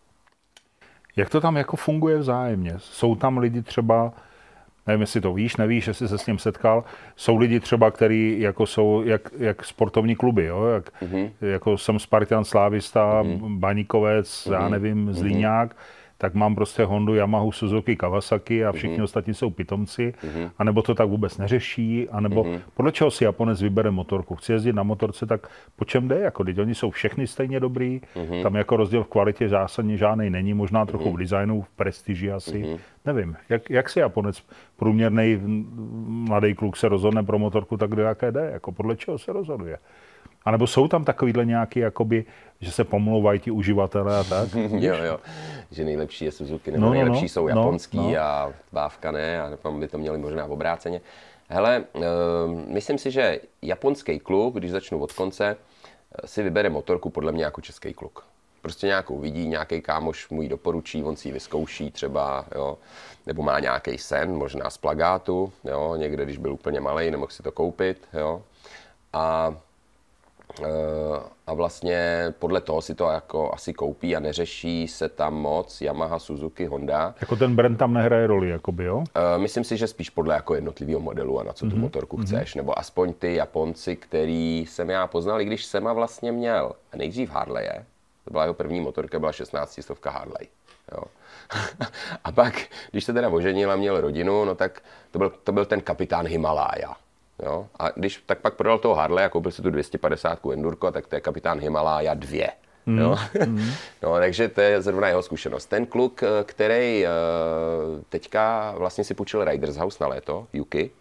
Jak to tam jako funguje vzájemně? Jsou tam lidi třeba, nevím, jestli to víš, nevíš, jestli se s ním setkal, jsou lidi třeba, který jako jsou jak, jak sportovní kluby, jo? Jak, mm-hmm. jako jsem Spartan, Slávista, mm-hmm. Baníkovec, mm-hmm. já nevím, Zlíňák, tak mám prostě Hondu, Yamahu, Suzuki, Kawasaki a všichni mm-hmm. ostatní jsou pitomci, mm-hmm. anebo to tak vůbec neřeší, anebo mm-hmm. podle čeho si Japonec vybere motorku. Chci jezdit na motorce, tak po čem jde? Jako, teď oni jsou všechny stejně dobrý, mm-hmm. tam jako rozdíl v kvalitě zásadně žádnej není, možná trochu mm-hmm. v designu, v prestiži asi, mm-hmm. nevím. Jak, jak si Japonec, průměrný mladý kluk se rozhodne pro motorku, tak do jaké jde? Jako, podle čeho se rozhoduje? A nebo jsou tam takovýhle nějaký, jakoby, že se pomlouvají ti uživatelé a tak? jo, jo, že nejlepší je Suzuki, nebo no, nejlepší no, jsou japonský no, no. a bávka ne, a by to měli možná v obráceně. Hele, uh, myslím si, že japonský kluk, když začnu od konce, si vybere motorku podle mě jako český kluk. Prostě nějakou vidí, nějaký kámoš mu ji doporučí, on si ji vyzkouší třeba, jo, nebo má nějaký sen, možná z plagátu, jo, někde, když byl úplně malej, nemohl si to koupit, jo, a A vlastně podle toho si to jako asi koupí a neřeší se tam moc Yamaha, Suzuki, Honda. Jako ten brand tam nehraje roli, jakoby, jo? Myslím si, že spíš podle jako jednotlivého modelu a na co tu mm-hmm. motorku chceš, nebo aspoň ty Japonci, který jsem já poznal, i když jsem a vlastně měl nejdřív Harleje, to byla jeho první motorka, byla šestnáctistovka Harley. Jo. A pak, když se teda oženil a měl rodinu, no tak to byl, to byl ten kapitán Himalája. Jo. A když tak pak prodal toho Harley a koupil si tu dvě stě padesát Endurko, tak to je kapitán Himalája dva. Mm. Jo. Mm. No, takže to je zrovna jeho zkušenost. Ten kluk, který teďka vlastně si půjčil Riders House na léto, Yuki,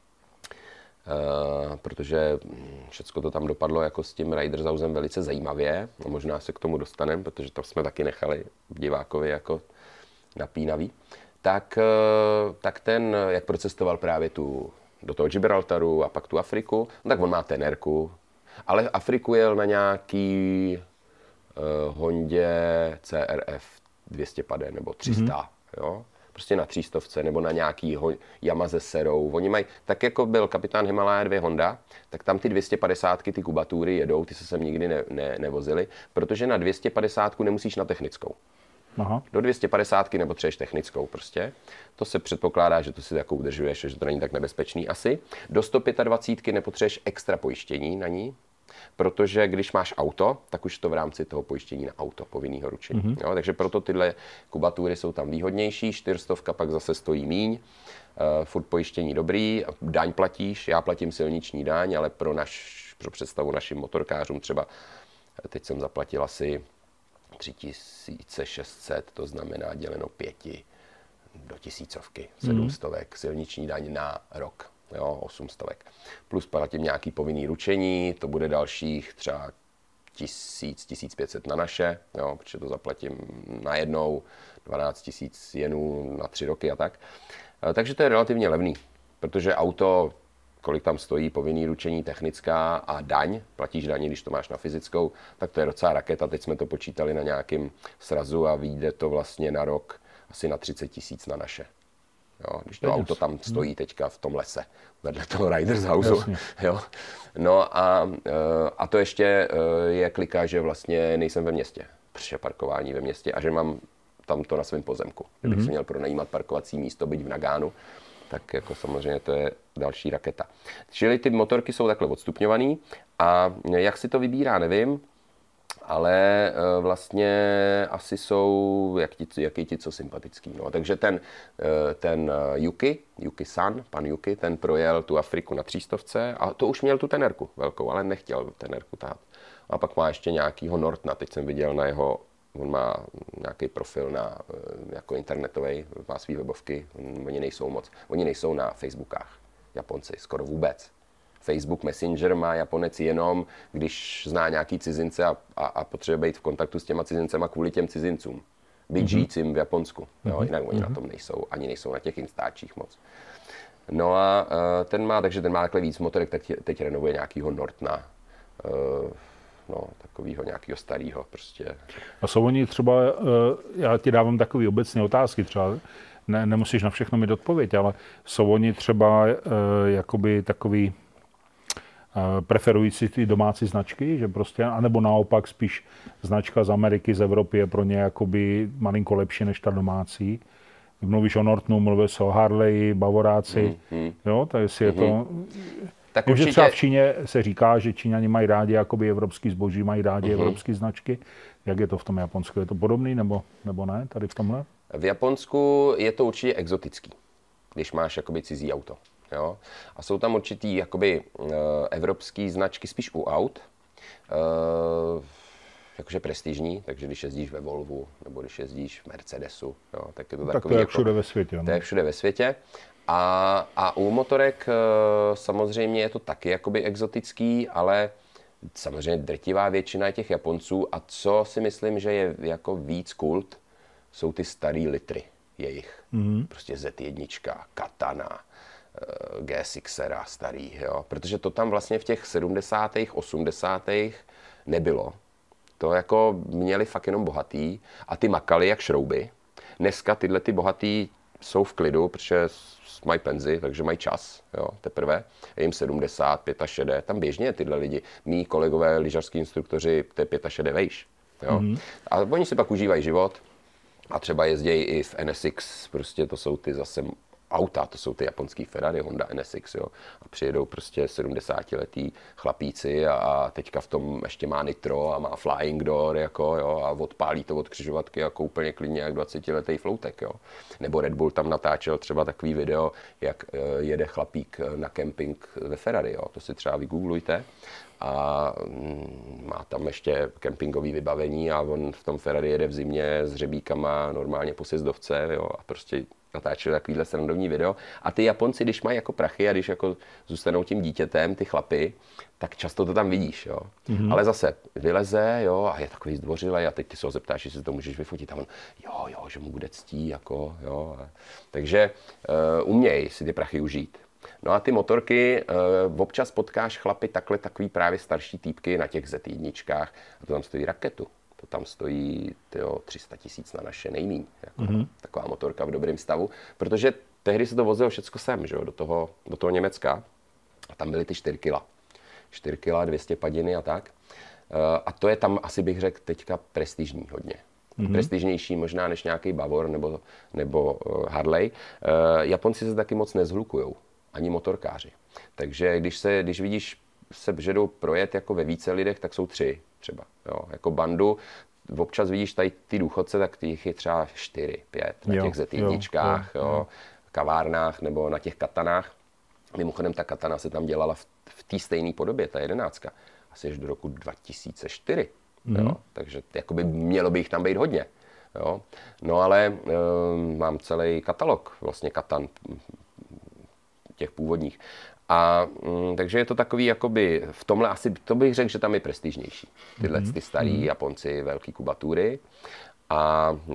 Uh, protože všecko to tam dopadlo jako s tím Riders Housem velice zajímavě. A možná se k tomu dostaneme, protože to jsme taky nechali divákovi jako napínavý. Tak, uh, tak ten, jak procestoval právě tu, do toho Gibraltaru a pak tu Afriku, no tak on má Tenerku, ale Afriku jel na nějaký uh, Hondě C R F dvě stě padesát nebo tři sta, mm-hmm. jo. Prostě na třístovce nebo na nějaký Yamaze Serou. Oni mají, tak jako byl kapitán Himalaya dva Honda, tak tam ty dvě stě padesátky, ty kubatury jedou, ty se sem nikdy ne, ne, nevozily, protože na dvě stě padesátku nemusíš na technickou. Aha. Do dvě stě padesátky nepotřebuješ technickou prostě. To se předpokládá, že to si jako udržuješ, že to není tak nebezpečný asi. Do sto dvacet pět nepotřebuješ extra pojištění na ní, protože když máš auto, tak už to v rámci toho pojištění na auto, povinného ručení. Mm-hmm. Jo, takže proto tyhle kubatury jsou tam výhodnější, čtyřstovka pak zase stojí míň, uh, furt pojištění dobrý, daň platíš, já platím silniční daň, ale pro, naš, pro představu našim motorkářům třeba, teď jsem zaplatil asi tři tisíce šest set, to znamená děleno pěti do tisícovky, sedm stovek, mm-hmm. silniční daň na rok. Jo, osm stovek. Plus platím nějaký povinný ručení, to bude dalších třeba tisíc, tisíc pět set na naše, jo, protože to zaplatím najednou, dvanáct tisíc jenů na tři roky a tak. Takže to je relativně levný, protože auto, kolik tam stojí, povinný ručení, technická a daň, platíš daň, když to máš na fyzickou, tak to je docela raketa. Teď jsme to počítali na nějakým srazu a vyjde to vlastně na rok asi na třicet tisíc na naše. Jo, když to auto tam stojí teďka v tom lese, vedle toho Riders Houseu. Jo. No a, a to ještě je klika, že vlastně nejsem ve městě, protože parkování ve městě a že mám tam to na svém pozemku. Kdybych mm-hmm. si měl pronajímat parkovací místo, byť v Nagánu, tak jako samozřejmě to je další raketa. Čili ty motorky jsou takhle odstupňovaný a jak si to vybírá, nevím, ale vlastně asi jsou jak ti, jaký ti co sympatický. No. Takže ten, ten Yuki, Yuki-san, pan Yuki, ten projel tu Afriku na třístovce a to už měl tu Tenerku velkou, ale nechtěl Tenerku tahat. A pak má ještě nějakýho Nortna, teď jsem viděl na jeho, on má nějaký profil na, jako internetový, má svý webovky, oni nejsou moc, oni nejsou na Facebookách, Japonci, skoro vůbec. Facebook Messenger má Japonec jenom, když zná nějaký cizince a, a, a potřebuje být v kontaktu s těma cizincema kvůli těm cizincům. Být mm-hmm. žijícím v Japonsku. Jo, jinak oni mm-hmm. na tom nejsou, ani nejsou na těch instáčích moc. No a uh, ten má, takže ten má takhle víc motorek, tak teď renovuje nějakýho Nortna. Uh, no, takovýho nějakýho starýho prostě. A jsou oni třeba, uh, já ti dávám takový obecné otázky třeba, ne, nemusíš na všechno mít odpověď, ale jsou oni třeba uh, jakoby takový preferující ty domácí značky, že prostě, anebo naopak spíš značka z Ameriky, z Evropy je pro ně jakoby malinko lepší než ta domácí. Mluvíš o Nortonu, mluvíš o Harley, Bavoráci, mm-hmm. jo, tak jestli mm-hmm. je to... Tak určitě... třeba v Číně se říká, že Číňani mají rádi jakoby evropský zboží, mají rádi mm-hmm. evropské značky. Jak je to v tom Japonsku? Je to podobný nebo, nebo ne, tady v tomhle? V Japonsku je to určitě exotický, když máš jakoby cizí auto. Jo? A jsou tam určitý jakoby uh, evropský značky spíš u aut, uh, jakože prestižní, takže když jezdíš ve Volvu nebo když jezdíš v Mercedesu, jo, tak je to tak takový. To je jako, všude ve světě. No? To je všude ve světě. A, a u motorek uh, samozřejmě je to taky jakoby exotický, ale samozřejmě drtivá většina těch Japonců a co si myslím, že je jako víc kult, jsou ty starý litry jejich. Mm-hmm. Prostě Z jedna, Katana, G šest starý, jo? Protože to tam vlastně v těch sedmdesátých, osmdesátých nebylo. To jako měli fakt jenom bohatý a ty makali jak šrouby. Dneska tyhle ty bohatý jsou v klidu, protože mají penzi, takže mají čas, jo, teprve. Je jim sedmdesát, šedesát pět, tam běžně tyhle lidi. Mí kolegové lyžařský instruktoři, to je šedesát pět vejš, jo. Mm-hmm. A oni si pak užívají život a třeba jezdějí i v N S X, prostě to jsou ty zase auta, to jsou ty japonský Ferrari, Honda N S X, jo. A přijedou prostě sedmdesátiletí chlapíci a, a teďka v tom ještě má nitro a má flying door, jako, jo, a odpálí to od křižovatky jako úplně klidně jak dvacetiletý floutek, jo. Nebo Red Bull tam natáčel třeba takový video, jak uh, jede chlapík na kemping ve Ferrari, jo. To si třeba vygooglujte. A mm, má tam ještě kempingový vybavení a on v tom Ferrari jede v zimě s hřebíkama normálně po sjezdovce, jo, a prostě natáčeli takovýhle srandovní video. A ty Japonci, když mají jako prachy a když jako zůstanou tím dítětem, ty chlapy, tak často to tam vidíš, jo. Mm-hmm. Ale zase vyleze, jo, a je takový zdvořilej a teď ty se ho zeptáš, jestli to můžeš vyfotit a on, jo, jo, že mu bude ctí, jako, jo. Takže uh, uměj si ty prachy užít. No a ty motorky, uh, občas potkáš chlapy takhle, takový právě starší týpky na těch Z jedna a to tam stojí raketu. To tam stojí tyjo, tři sta tisíc na naše nejmíň, jako mm-hmm. taková motorka v dobrém stavu, protože tehdy se to vozilo všecko sem, že jo, do toho, do toho Německa a tam byly ty čtyři kila. čtyři kila, dvě stě padiny a tak. Uh, a to je tam asi bych řekl teďka prestižní hodně. Mm-hmm. Prestižnější možná než nějaký Bavor nebo, nebo uh, Harley. Uh, Japonci se taky moc nezhlukujou, ani motorkáři. Takže když, se, když vidíš se že jdou projet jako ve více lidech, tak jsou tři třeba. Jo. Jako bandu, občas vidíš tady ty důchodce, tak těch je třeba čtyři, pět na jo, těch Z jedna, jo, jo, jo, kavárnách nebo na těch katanách. Mimochodem ta katana se tam dělala v, v té stejné podobě, ta jedenáctka, asi až do roku dva tisíce čtyři. Mm. Jo. Takže jakoby mělo by jich tam být hodně. Jo. No ale um, mám celý katalog vlastně katan těch původních. A mm, takže je to takový, jakoby v tomhle asi, to bych řekl, že tam je prestižnější. Tyhle mm-hmm. ty starý mm-hmm. Japonci, velký kubatury. A e,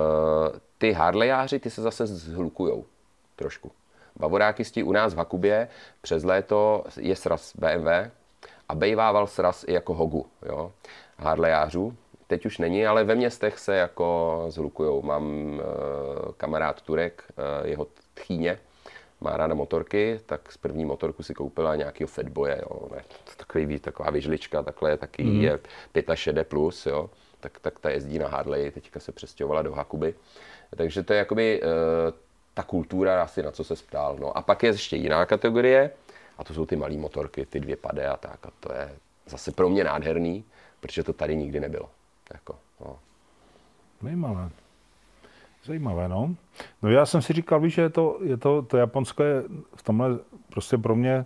ty Harlejáři, ty se zase zhlukujou trošku. Bavorákisti u nás v Hakubě přes léto je sraz B M W a bejvával sraz i jako Hogu, jo, Harlejářů. Teď už není, ale ve městech se jako zhlukujou. Mám e, kamarád Turek, e, jeho tchýně, má ráda motorky, tak z první motorku si koupila nějakého Fatboye, jo, ne, takový, taková vyžlička, takhle taky mm. je šedesát pět plus, jo, tak, tak ta jezdí na Harley, teďka se přestěhovala do Hakuby. Takže to je jakoby e, ta kultura asi na co se ptal. No a pak je ještě jiná kategorie a to jsou ty malé motorky, ty dvě pade a tak a to je zase pro mě nádherný, protože to tady nikdy nebylo. Jako, no. Zajímavé. Zajímavé, no. No já jsem si říkal, víš, že je to, je to, to Japonsko je v tomhle prostě pro mě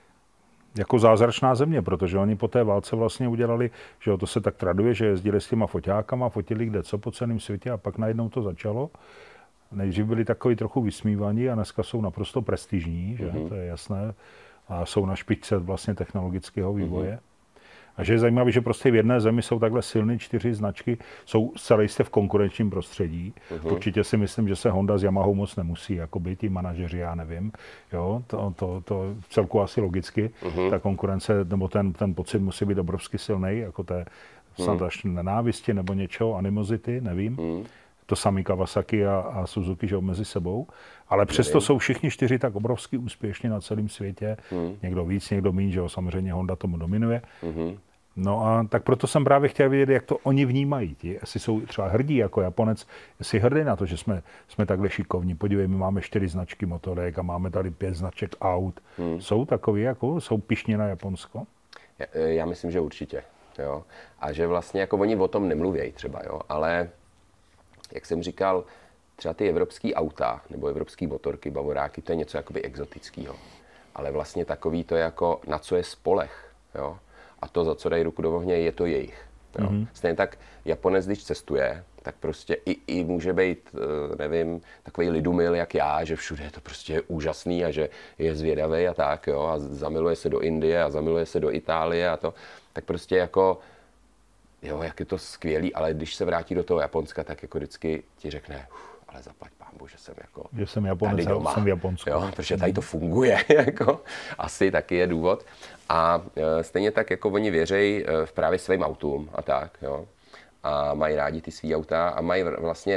jako zázračná země, protože oni po té válce vlastně udělali, že jo, to se tak traduje, že jezdili s těma foťákama, fotili kde co po celém světě a pak najednou to začalo. Nejdřív byli takový trochu vysmívaní a dneska jsou naprosto prestižní, že mm-hmm. to je jasné, a jsou na špičce vlastně technologického vývoje. Mm-hmm. A že je zajímavé, že prostě v jedné zemi jsou takhle silné čtyři značky, jsou zcela jistě v konkurenčním prostředí. Uh-huh. Určitě si myslím, že se Honda s Yamahou moc nemusí, jako by ti manažeři, já nevím. Jo, to, to, to celku asi logicky. Uh-huh. Ta konkurence, nebo ten, ten pocit musí být obrovsky silný, jako té snad až nenávisti nebo něčeho, animozity, nevím. Uh-huh. To samý Kawasaki a, a Suzuki, že mezi sebou. Ale přesto jsou všichni čtyři tak obrovsky úspěšní na celém světě. Uh-huh. Někdo víc, někdo míň, že jo, samozřejmě Honda tomu dominuje. Uh-huh. No a tak proto jsem právě chtěl vědět, jak to oni vnímají. Ti, jestli jsou třeba hrdí jako Japonec, jestli hrdí na to, že jsme, jsme takhle šikovní. Podívej, my máme čtyři značky motorek a máme tady pět značek aut. Hmm. Jsou takový, jako jsou pyšní na Japonsko? Já, já myslím, že určitě. Jo. A že vlastně jako oni o tom nemluvějí třeba, jo. Ale jak jsem říkal, třeba ty evropský auta nebo evropský motorky, bavoráky, to je něco jakoby exotického. Ale vlastně takový to jako, na co je spolech, jo. A to, za co dají ruku do ohně, je to jejich. Jo. Mm-hmm. Stejně tak Japonec, když cestuje, tak prostě i, i může být, nevím, takový lidumil jak já, že všude je to prostě úžasný a že je zvědavý a tak, jo, a zamiluje se do Indie a zamiluje se do Itálie a to, tak prostě jako, jo, jak je to skvělý, ale když se vrátí do toho Japonska, tak jako vždycky ti řekne, ale zaplať pánbu, že jsem jako že jsem Japonec, doma, jsem v Japonsku. Jo, protože tady to funguje, jako, asi taky je důvod. A e, stejně tak, jako oni věřejí e, v právě svým autům a tak, jo. A mají rádi ty svý auta a mají vlastně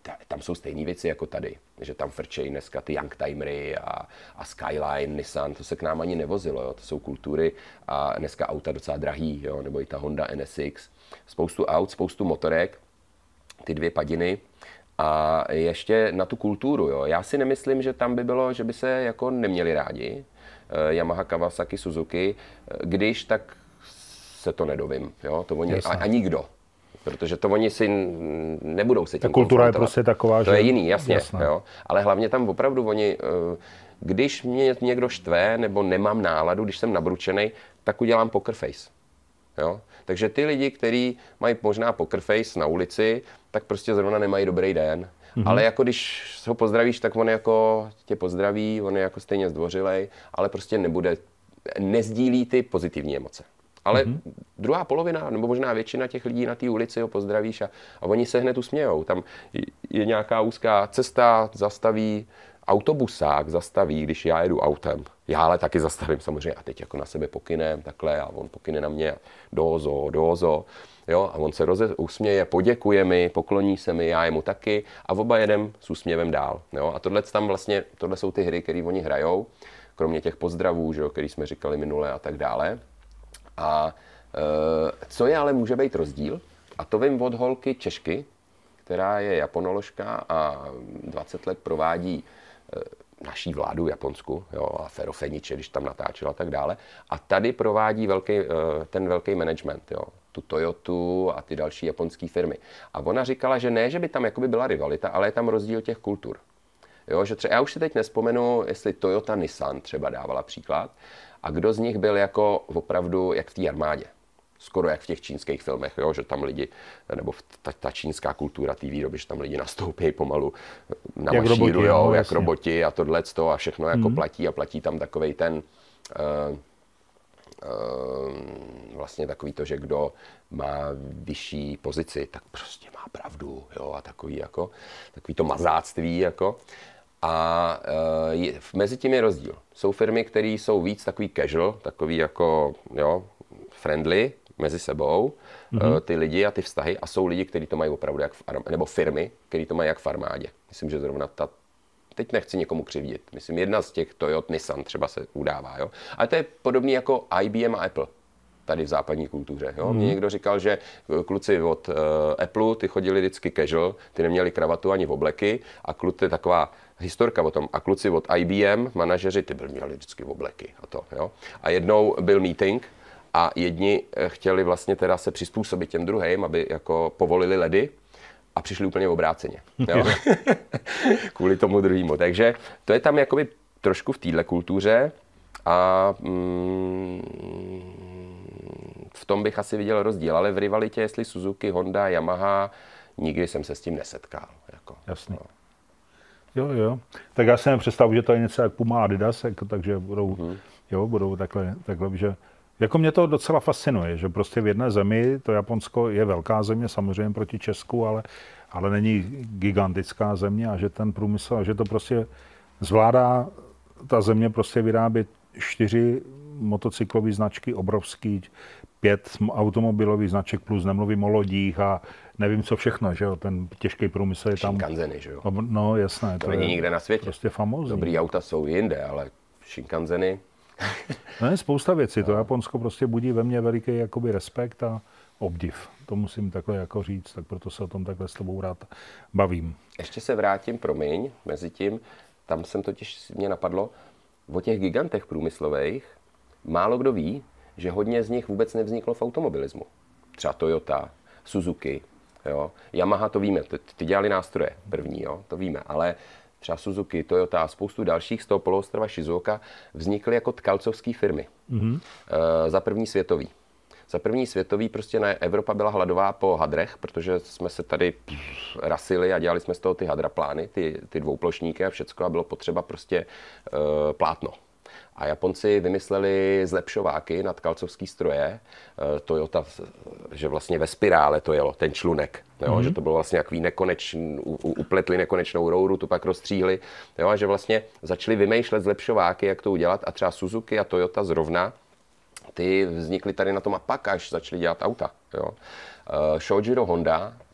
tam jsou stejné věci jako tady, že tam frčejí dneska ty Youngtimery a, a Skyline, Nissan, to se k nám ani nevozilo, jo? To jsou kultury a dneska auta docela drahý, jo? Nebo i ta Honda N S X, spoustu aut, spoustu motorek, ty dvě padiny a ještě na tu kulturu, jo? Já si nemyslím, že tam by bylo, že by se jako neměli rádi, Yamaha, Kawasaki, Suzuki, když tak se to nedovím, jo? To oni, a, a nikdo. Protože to oni si nebudou se tím ta kultura je prostě taková, to že... je jiný, jasně, jo. Ale hlavně tam opravdu oni, když mě někdo štve nebo nemám náladu, když jsem nabručenej, tak udělám poker face. Jo? Takže ty lidi, kteří mají možná poker face na ulici, tak prostě zrovna nemají dobrý den. Mm-hmm. Ale jako když ho pozdravíš, tak on jako tě pozdraví, on je jako stejně zdvořilej, ale prostě nebude, nezdílí ty pozitivní emoce. Ale mm-hmm. druhá polovina, nebo možná většina těch lidí na té ulici ho pozdravíš a, a oni se hned usmějou. Tam je nějaká úzká cesta, zastaví autobusák, zastaví, když já jedu autem. Já ale taky zastavím samozřejmě a teď jako na sebe pokynem, takhle a on pokyne na mě, dozo, dozo. Jo, a on se roze, usměje, poděkuje mi, pokloní se mi, já jemu taky a oba jedem s úsměvem dál. Jo, a tohle tam vlastně, tohle jsou ty hry, které oni hrajou, kromě těch pozdravů, že jo, který jsme říkali minule a tak dále. A e, co je ale může být rozdíl, a to vím od holky Češky, která je japonoložka a dvacet let provádí e, naší vládu v Japonsku, jo, a Ferofeniče, když tam natáčela a tak dále. A tady provádí velký, e, ten velký management, jo, tu Toyotu a ty další japonské firmy. A ona říkala, že ne, že by tam jakoby byla rivalita, ale je tam rozdíl těch kultur. Jo, že třeba, já už si teď nespomenu, jestli Toyota Nissan třeba dávala příklad, a kdo z nich byl jako opravdu jak v té armádě. Skoro jak v těch čínských filmech, jo, že tam lidi, nebo ta, ta čínská kultura té výroby, že tam lidi nastoupí pomalu na jak mašíru, roboti, jo, no, jak jasně. roboti a tohleto a všechno jako mm. platí a platí tam takovej ten uh, uh, vlastně takový to, že kdo má vyšší pozici, tak prostě má pravdu, jo, a takový jako, takový to mazáctví, jako. A uh, je, mezi tím je rozdíl. Jsou firmy, které jsou víc takový casual, takový jako, jo, friendly mezi sebou, mm-hmm. uh, ty lidi a ty vztahy, a jsou lidi, kteří to mají opravdu jak v armádě, nebo firmy, které to mají jak v armádě. Myslím, že zrovna ta, teď nechci někomu křivdit, myslím, jedna z těch Toyota, Nissan třeba se udává, jo. Ale to je podobný jako I B M a Apple. Tady v západní kultuře. Jo? Mně někdo říkal, že kluci od uh, Apple, ty chodili vždycky casual, ty neměli kravatu ani obleky a kluci, taková historka o tom, a kluci od I B M, manažeři, ty byli měli vždycky obleky a to. Jo? A jednou byl meeting a jedni chtěli vlastně teda se přizpůsobit těm druhým, aby jako povolili ledy a přišli úplně obráceně. Jo? Kvůli tomu druhému. Takže to je tam jakoby trošku v téhle kultuře a mm, v tom bych asi viděl rozdíl, ale v rivalitě, jestli Suzuki, Honda, Yamaha, nikdy jsem se s tím nesetkal. Jako, Jasný. No. Jo, jo. Tak já si nepředstavu, že to je něco jak Puma Adidas, jako, takže budou, mm-hmm. jo, budou takhle, takhle, že jako mě to docela fascinuje, že prostě v jedné zemi, to Japonsko je velká země, samozřejmě proti Česku, ale, ale není gigantická země a že ten průmysl, a že to prostě zvládá ta země prostě vyrábět čtyři motocyklové značky, obrovský, pět automobilových značek, plus nemluvím o lodích a nevím co všechno, že jo, ten těžký průmysl je tam. Shinkanzeny, že jo? No jasné. To, to není je nikde na světě. Prostě famózní. Dobrý auta jsou jinde, ale Shinkanzeny. No je spousta věcí, to Japonsko prostě budí ve mně veliký jakoby respekt a obdiv. To musím takhle jako říct, tak proto se o tom takhle s tebou rád bavím. Ještě se vrátím, promiň, mezi tím, tam jsem totiž, mě napadlo, o těch gigantech průmyslových málo kdo ví, že hodně z nich vůbec nevzniklo v automobilismu. Třeba Toyota, Suzuki, jo. Yamaha to víme, ty, ty dělali nástroje první, jo, to víme, ale třeba Suzuki, Toyota a spoustu dalších z toho poloostrova Shizuoka vznikly jako tkalcovské firmy. Mm-hmm. E, za první světový. Za první světový prostě ne, Evropa byla hladová po hadrech, protože jsme se tady pff, rasili a dělali jsme z toho ty hadraplány, ty, ty dvouplošníky a všecko a bylo potřeba prostě e, plátno. A Japonci vymysleli zlepšováky na tkalcovský stroje, e, Toyota, že vlastně ve spirále to jelo, ten člunek, jo, mm-hmm. že to bylo vlastně takový nekonečný, upletli nekonečnou rouru, tu pak rozstříhli, jo, a že vlastně začali vymýšlet zlepšováky, jak to udělat a třeba Suzuki a Toyota zrovna, ty vznikly tady na tom a pak až začali dělat auta. Jo. Uh, Shoichiro Honda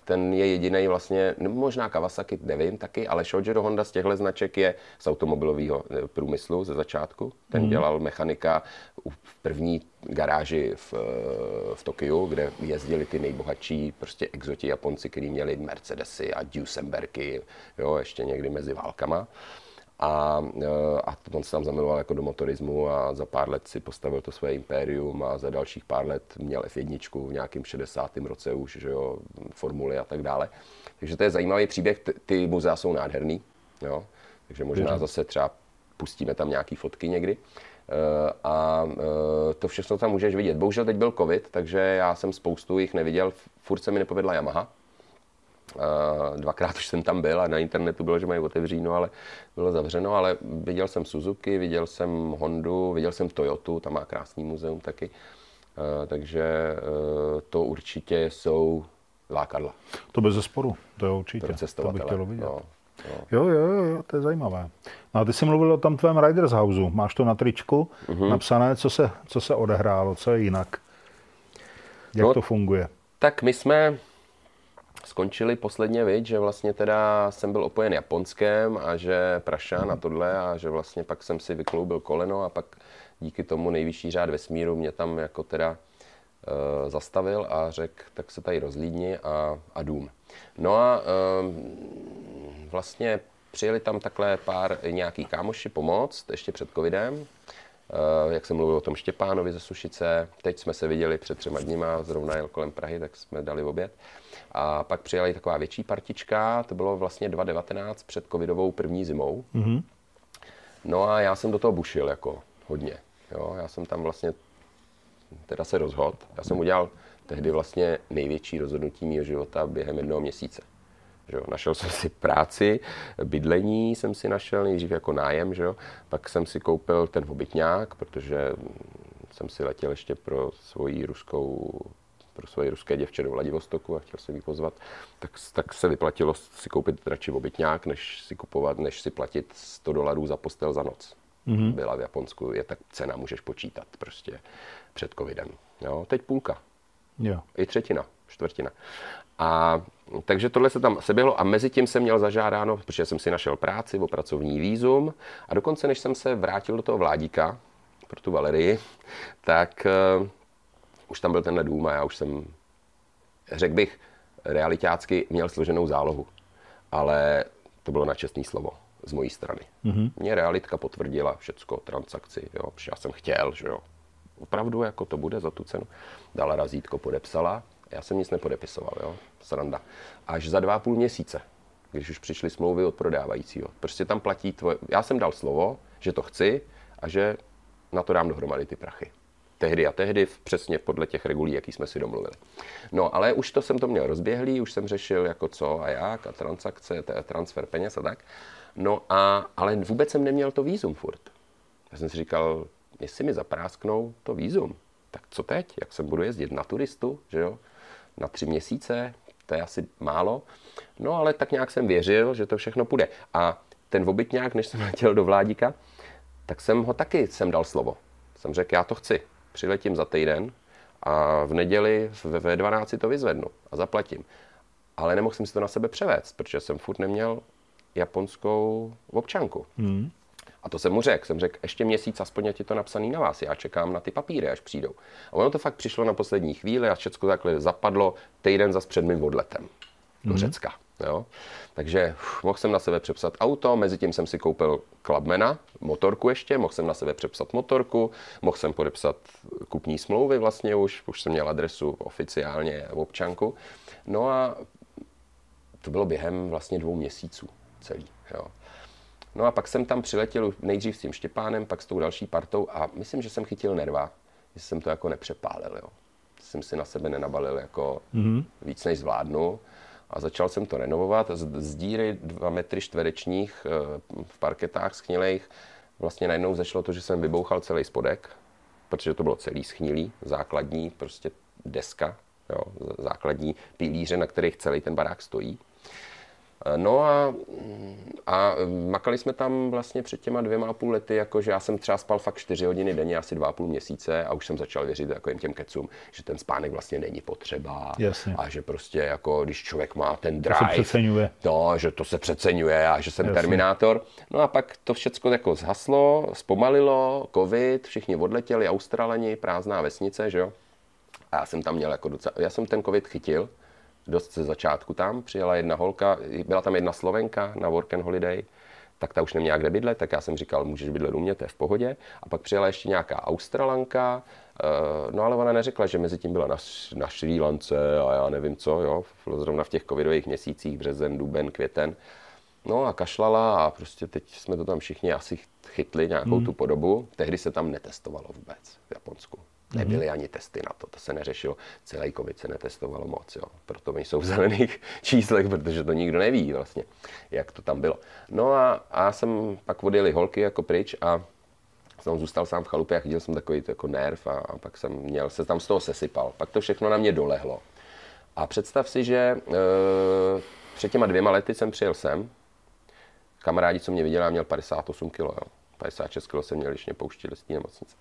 ten je jediný vlastně, nebo možná Kawasaki, nevím taky, ale Shoichiro Honda z těchto značek je z automobilového průmyslu ze začátku. Ten mm. dělal mechanika v první garáži v, v Tokiu, kde jezdili ty nejbohatší prostě exoti Japonci, kteří měli Mercedesy a Duesenbergy, jo, ještě někdy mezi válkama. A, a on se tam zamiloval jako do motorismu a za pár let si postavil to své impérium a za dalších pár let měl F jedna v nějakém šedesátém roce už, že jo, formuly a tak dále. Takže to je zajímavý příběh, ty, ty muzea jsou nádherný, jo, takže možná zase třeba pustíme tam nějaký fotky někdy. A to všechno tam můžeš vidět. Bohužel teď byl covid, takže já jsem spoustu jich neviděl, furt se mi nepovedla Yamaha. Uh, dvakrát už jsem tam byl a na internetu bylo, že mají otevříno, ale bylo zavřeno, ale viděl jsem Suzuki, viděl jsem Hondu, viděl jsem Toyotu, tam má krásný muzeum taky, uh, takže uh, to určitě jsou lákadla. To bez zesporu, to je určitě, to bych chtěl vidět. No, no. Jo, jo, jo, to je zajímavé. No a ty jsi mluvil o tom tvém Riders Houseu, máš to na tričku uh-huh. napsané, co se, co se odehrálo, co je jinak, jak no, to funguje? Tak my jsme skončili posledně, viď, že vlastně teda jsem byl opojen Japonskem a že prašan a tohle a že vlastně pak jsem si vykloubil koleno a pak díky tomu nejvyšší řád vesmíru mě tam jako teda e, zastavil a řekl, tak se tady rozlídni a, a dům. No a e, vlastně přijeli tam takhle pár nějaký kámoši pomoct ještě před covidem. Uh, jak jsem mluvil o tom Štěpánovi ze Sušice, teď jsme se viděli před třema dníma, zrovna jel kolem Prahy, tak jsme dali oběd. A pak přijela i taková větší partička, to bylo vlastně dva tisíce devatenáct před covidovou první zimou. Mm-hmm. No a já jsem do toho bušil jako hodně. Jo? Já jsem tam vlastně teda se rozhodl. Já jsem udělal tehdy vlastně největší rozhodnutí mého života během jednoho měsíce. Že jo, našel jsem si práci, bydlení jsem si našel nejdřív jako nájem, že jo. Pak jsem si koupil ten obytňák, protože jsem si letěl ještě pro svoji ruskou, pro svoje ruské děvče do Vladivostoku a chtěl jsem jí pozvat, tak, tak se vyplatilo si koupit radši obytňák, než si kupovat, než si platit sto dolarů za postel za noc. Mm-hmm. Byla v Japonsku, je tak cena, můžeš počítat prostě před covidem. Jo, teď půlka. Jo. I třetina, čtvrtina. A takže tohle se tam seběhlo a mezi tím jsem měl zažádáno, protože jsem si našel práci o pracovní vízum a dokonce než jsem se vrátil do toho Vládíka pro tu Valerii, tak uh, už tam byl tenhle dům a já už jsem, řekl bych, realitácky měl složenou zálohu, ale to bylo na čestné slovo z mojí strany. Mm-hmm. Mě realitka potvrdila všecko, transakci, jo, protože já jsem chtěl, že jo, opravdu jako to bude za tu cenu. Dala razítko, podepsala. Já jsem nic nepodepisoval, jo, sranda. Až za dva a půl měsíce, když už přišly smlouvy od prodávajícího. Prostě tam platí tvoje... Já jsem dal slovo, že to chci a že na to dám dohromady ty prachy. Tehdy a tehdy, přesně podle těch regulí, jaký jsme si domluvili. No, ale už to jsem to měl rozběhlý, už jsem řešil jako co a jak a transakce, transfer peněz a tak. No a, ale vůbec jsem neměl to vízum furt. Já jsem si říkal, jestli mi zaprásknou to vízum, tak co teď? Jak se budu jezdit na turistu, že jo? Na tři měsíce, to je asi málo. No ale tak nějak jsem věřil, že to všechno půjde. A ten obytňák, než jsem letěl do Vládíka, tak jsem ho taky jsem dal slovo. Jsem řekl, já to chci. Přiletím za týden a v neděli ve dvanácti to vyzvednu a zaplatím. Ale nemohl jsem si to na sebe převést, protože jsem furt neměl japonskou občanku. Hmm. A to jsem mu řekl. Jsem řekl, ještě měsíc aspoň je ti to napsaný na vás. Já čekám na ty papíry, až přijdou. A ono to fakt přišlo na poslední chvíli a všechno takhle zapadlo týden zas před mým odletem do mm-hmm. Řecka. Jo? Takže uf, mohl jsem na sebe přepsat auto, mezi tím jsem si koupil Clubmana, motorku ještě, mohl jsem na sebe přepsat motorku, mohl jsem podepsat kupní smlouvy vlastně už, už jsem měl adresu oficiálně v občanku. No a to bylo během vlastně dvou měsíců celý. Jo? No a pak jsem tam přiletěl nejdřív s tím Štěpánem, pak s tou další partou a myslím, že jsem chytil nerva, že jsem to jako nepřepálil, jo. Jsem si na sebe nenabalil jako mm-hmm. víc než zvládnu a začal jsem to renovovat. Z, z díry dva metry čtverečních v parketách schnilejch vlastně najednou začalo to, že jsem vybouchal celý spodek, protože to bylo celý schnilý, základní prostě deska, jo, základní pilíře, na kterých celý ten barák stojí. No a, a makali jsme tam vlastně před těma dvěma a půl lety, jakože já jsem třeba spal fakt čtyři hodiny denně, asi dva a půl měsíce a už jsem začal věřit takovým těm kecům, že ten spánek vlastně není potřeba. Jasně. A že prostě jako když člověk má ten To se drive, přeceňuje. no, že to se přeceňuje a že jsem Jasně. Terminátor. No a pak to všecko jako zhaslo, zpomalilo, covid, všichni odletěli, Australani, prázdná vesnice, že jo. A já jsem tam měl jako docela, já jsem ten covid chytil, dost ze začátku tam, přijela jedna holka, byla tam jedna Slovenka na work and holiday, tak ta už neměla kde bydlet, tak já jsem říkal, můžeš bydlet u mě, to je v pohodě. A pak přijela ještě nějaká Australanka, no ale ona neřekla, že mezi tím byla na, na Srí Lance a já nevím co, jo, zrovna v těch covidových měsících, březen, duben, květen. No a kašlala a prostě teď jsme to tam všichni asi chytli nějakou hmm. tu podobu. Tehdy se tam netestovalo vůbec v Japonsku. Nebyly ani testy na to, to se neřešilo. Celý covid se netestovalo moc, jo. Proto oni jsou v zelených číslech, protože to nikdo neví vlastně, jak to tam bylo. No a, a já jsem pak odjeli holky jako pryč a jsem zůstal sám v chalupě a chytil jsem takový jako nerv a, a pak jsem měl, se tam z toho sesypal. Pak to všechno na mě dolehlo. A představ si, že e, před těma dvěma lety jsem přijel sem. Kamarádi, co mě viděli, měl padesát osm kilo, jo. padesát šest kilo jsem měl, když mě pouštili z té nemocnice.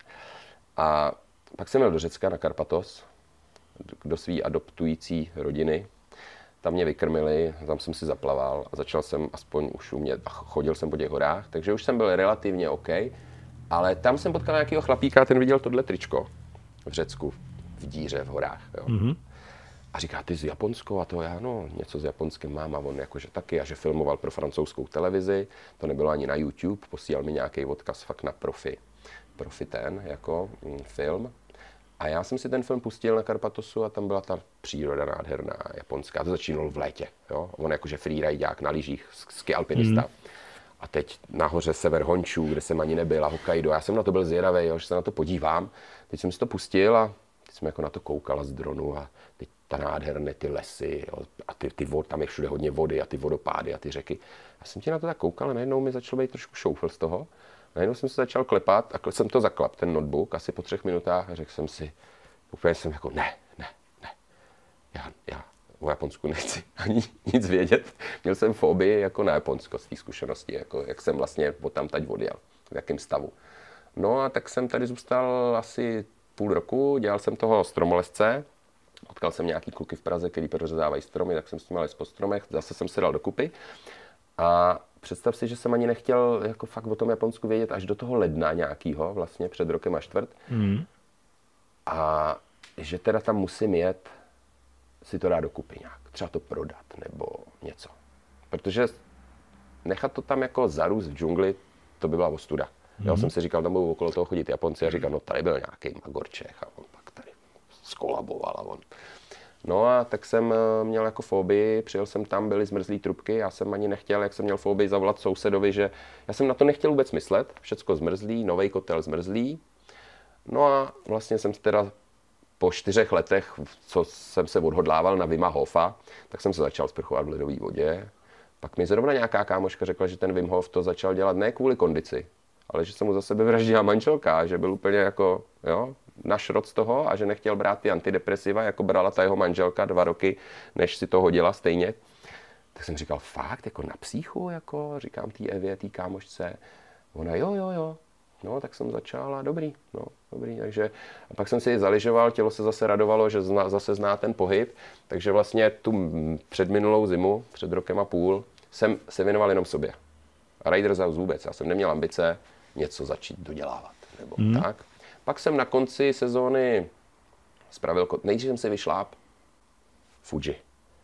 A pak jsem jel do Řecka na Karpatos, do své adoptující rodiny. Tam mě vykrmili, tam jsem si zaplaval a začal jsem aspoň už umět, chodil jsem po těch horách, takže už jsem byl relativně OK. Ale tam jsem potkal nějakého chlapíka, ten viděl tohle tričko v Řecku, v díře v horách. Jo. Mm-hmm. A říká, ty z Japonsko? A to já, no, něco s Japonskem mám a on jakože taky. A že filmoval pro francouzskou televizi, to nebylo ani na YouTube, posílal mi nějaký odkaz fakt na profi. Profi ten, jako mm, film. A já jsem si ten film pustil na Karpatosu a tam byla ta příroda nádherná, japonská. To začínalo v létě, jo. On jakože freeridák na lyžích, ski alpinista. Mm. A teď nahoře sever Honšů, kde jsem ani nebyl, a Hokkaido. Já jsem na to byl zvědavý, jo, že se na to podívám. Teď jsem si to pustil a teď jsem jako na to koukala z dronu a teď ta nádherné ty lesy, jo, a ty, ty vod, tam je všude hodně vody a ty vodopády a ty řeky. Já jsem ti na to tak koukal a najednou mi začal být trošku šoufl z toho. Najednou jsem se začal klepat a jsem to zaklap, ten notebook, asi po třech minutách a řekl jsem si, úplně jsem jako ne, ne, ne, já, já o Japonsku nechci ani nic vědět. Měl jsem fobii jako na Japonsko z té zkušenosti, jako jak jsem vlastně od tam tať odjel, v jakém stavu. No a tak jsem tady zůstal asi půl roku, dělal jsem toho stromolezce, potkal jsem nějaký kluky v Praze, který prořezávají stromy, tak jsem s nimi les po stromech, zase jsem se dal dokupy. A představ si, že jsem ani nechtěl jako fakt o tom Japonsku vědět až do toho ledna nějakýho, vlastně před rokem a čtvrt. Mm. A že teda tam musím jet si to dát dokupy nějak, třeba to prodat nebo něco. Protože nechat to tam jako zarůst v džungli, to by byla ostuda. Mm. Já jsem si říkal, tam budou okolo toho chodit Japonci a říkal, no tady byl nějaký Magorčech a on pak tady skolaboval a on. No a tak jsem měl jako fobii, přijel jsem tam, byly zmrzlý trubky, já jsem ani nechtěl, jak jsem měl fobii, zavolat sousedovi, že já jsem na to nechtěl vůbec myslet, všecko zmrzlý, novej kotel zmrzlý. No a vlastně jsem teda po čtyřech letech, co jsem se odhodlával na Wima Hofa, tak jsem se začal sprchovat v ledové vodě. Pak mi zrovna nějaká kámoška řekla, že ten Wim Hof to začal dělat ne kvůli kondici, ale že se mu za sebe vraždila manželka, že byl úplně jako, jo, na šrot z toho a že nechtěl brát ty antidepresiva, jako brala ta jeho manželka dva roky, než si to hodila stejně. Tak jsem říkal, fakt, jako na psíchu, jako říkám té Evě, té kámošce. Ona, jo, jo, jo. No, tak jsem začal a dobrý, no, dobrý, takže a pak jsem si zaližoval, tělo se zase radovalo, že zna, zase zná ten pohyb, takže vlastně tu předminulou zimu, před rokem a půl, jsem se věnoval jenom sobě. A Riders House vůbec, já jsem neměl ambice něco začít dodělávat, nebo mm. tak. Pak jsem na konci sezóny spravil, nejdřív jsem si vyšláp Fuji.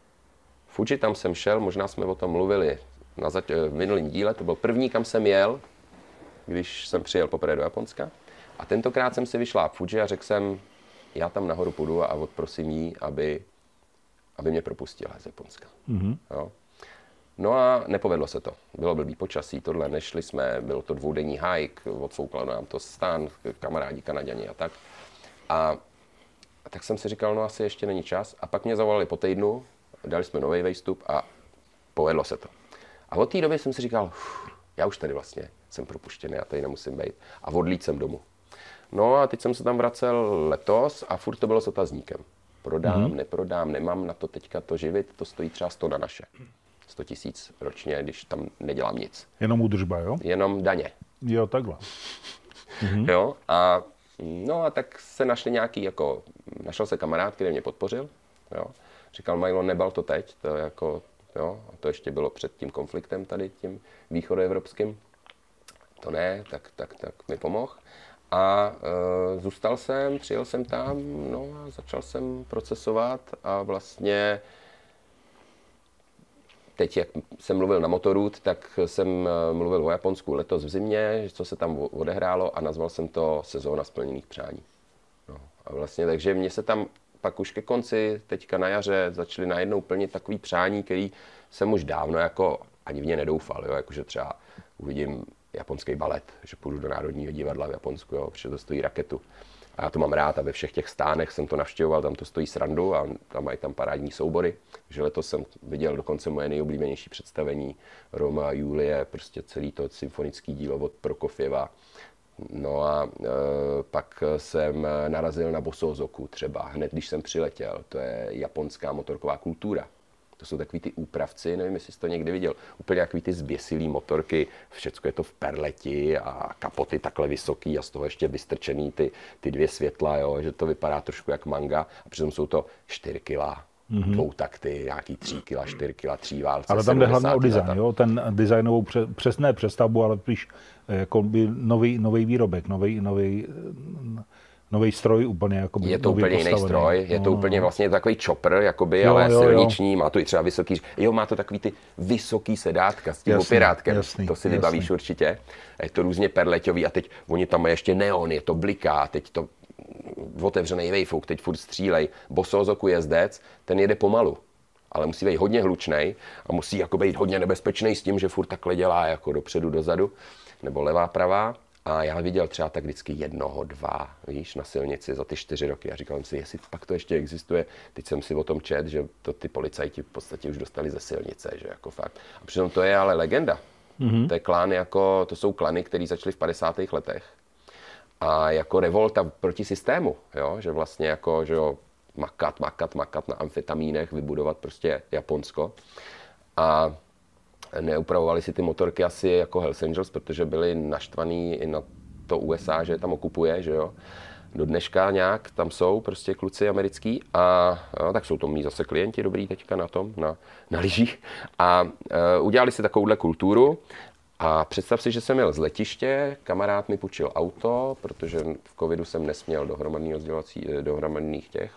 Fuji, tam jsem šel, možná jsme o tom mluvili na zač- v minulém díle, to byl první, kam jsem jel, když jsem přijel poprvé do Japonska. A tentokrát jsem si vyšláp Fuji a řekl jsem, já tam nahoru půjdu a odprosím jí, aby, aby mě propustila z Japonska. Mm-hmm. Jo. No a nepovedlo se to. Bylo blbý počasí, tohle nešli jsme, byl to dvoudenní hike, odfouklo nám to stán, kamarádi Kanaďani a tak. A, a tak jsem si říkal, no asi ještě není čas. A pak mě zavolali po týdnu, dali jsme nový výstup a povedlo se to. A od té doby jsem si říkal, já už tady vlastně jsem propuštěný, já tady nemusím být. A odlít jsem domů. No a teď jsem se tam vracel letos a furt to bylo s otazníkem. Prodám, mm-hmm. neprodám, nemám na to teďka to živit, to stojí třeba sto na naše. sto tisíc ročně, když tam nedělám nic. Jenom údržba, jo? Jenom daně. Jo, takhle. Mhm. Jo, a no a tak se našli nějaký, jako, našel se kamarád, který mě podpořil, jo. Říkal, Milo, nebal to teď, to jako, jo, a to ještě bylo před tím konfliktem tady, tím východoevropským. To ne, tak, tak, tak mi pomohl. A e, zůstal jsem, přijel jsem tam, no a začal jsem procesovat a vlastně teď, jak jsem mluvil na Motorut, tak jsem mluvil o Japonsku letos v zimě, co se tam odehrálo a nazval jsem to sezóna splněných přání. No, a vlastně, takže mě se tam pak už ke konci, teďka na jaře, začaly najednou plnit takový přání, který jsem už dávno jako ani v ně nedoufal, jo, jakože třeba uvidím japonský balet, že půjdu do Národního divadla v Japonsku, jo, protože to stojí raketu. A já to mám rád a ve všech těch stánech jsem to navštěvoval, tam to stojí srandu a tam mají tam parádní soubory. Takže letos jsem viděl dokonce moje nejoblíbenější představení Roma a Julie, prostě celý to symfonický dílo od Prokofjeva. No a e, pak jsem narazil na Bosozoku třeba, hned když jsem přiletěl, to je japonská motorková kultura. To jsou takový ty úpravci, nevím, jestli jsi to někdy viděl, úplně takový ty zběsilý motorky, všecko je to v perleti a kapoty takhle vysoký a z toho ještě vystrčený ty, ty dvě světla, jo, že to vypadá trošku jak manga a přitom jsou to čtyři kila, mm-hmm. dvou takty, nějaký tři kila, čtyři kila, tří válce. Ale tam jde hlavně o design, jo, ten designovou pře, přesné přestavbu, ale spíš jako by nový, nový výrobek, nový, nový, nový stroj úplně jakoby. Je to úplně jiný stroj, je to no, úplně no. vlastně takový chopper, jakoby, jo, ale jo, silniční, jo. Má to i třeba vysoký, jo, má to takový ty vysoký sedátka s tím jasný, opirátkem, jasný, to si jasný. Vybavíš určitě. Je to různě perleťový a teď oni tam mají ještě neon, je to bliká, teď to otevřený vejfouk, teď furt střílej. Bosozoku jezdec, ten jede pomalu, ale musí být hodně hlučnej a musí jako být hodně nebezpečný s tím, že furt takhle dělá jako dopředu, dozadu, nebo levá, pravá. A já viděl třeba tak vždycky jednoho, dva, víš, na silnici za ty čtyři roky. A říkal jsem si, jestli pak to ještě existuje. Teď jsem si o tom čet, že to ty policajti v podstatě už dostali ze silnice, že jako fakt. A přitom to je ale legenda. Mm-hmm. To je klán jako, to jsou klany, které začaly v padesátých letech. A jako revolta proti systému, jo, že vlastně jako, že jo, makat, makat, makat na amfetamínech, vybudovat prostě Japonsko. A neupravovali si ty motorky asi jako Hells Angels, protože byli naštvaný i na to U S A, že tam okupuje, že jo. Do dneška nějak tam jsou prostě kluci americký a no, tak jsou to mý zase klienti dobrý teďka na tom, na, na lyžích. A uh, udělali si takovouhle kulturu a představ si, že jsem jel z letiště, kamarád mi půjčil auto, protože v covidu jsem nesměl do hromadného sdělovací, do hromadných těch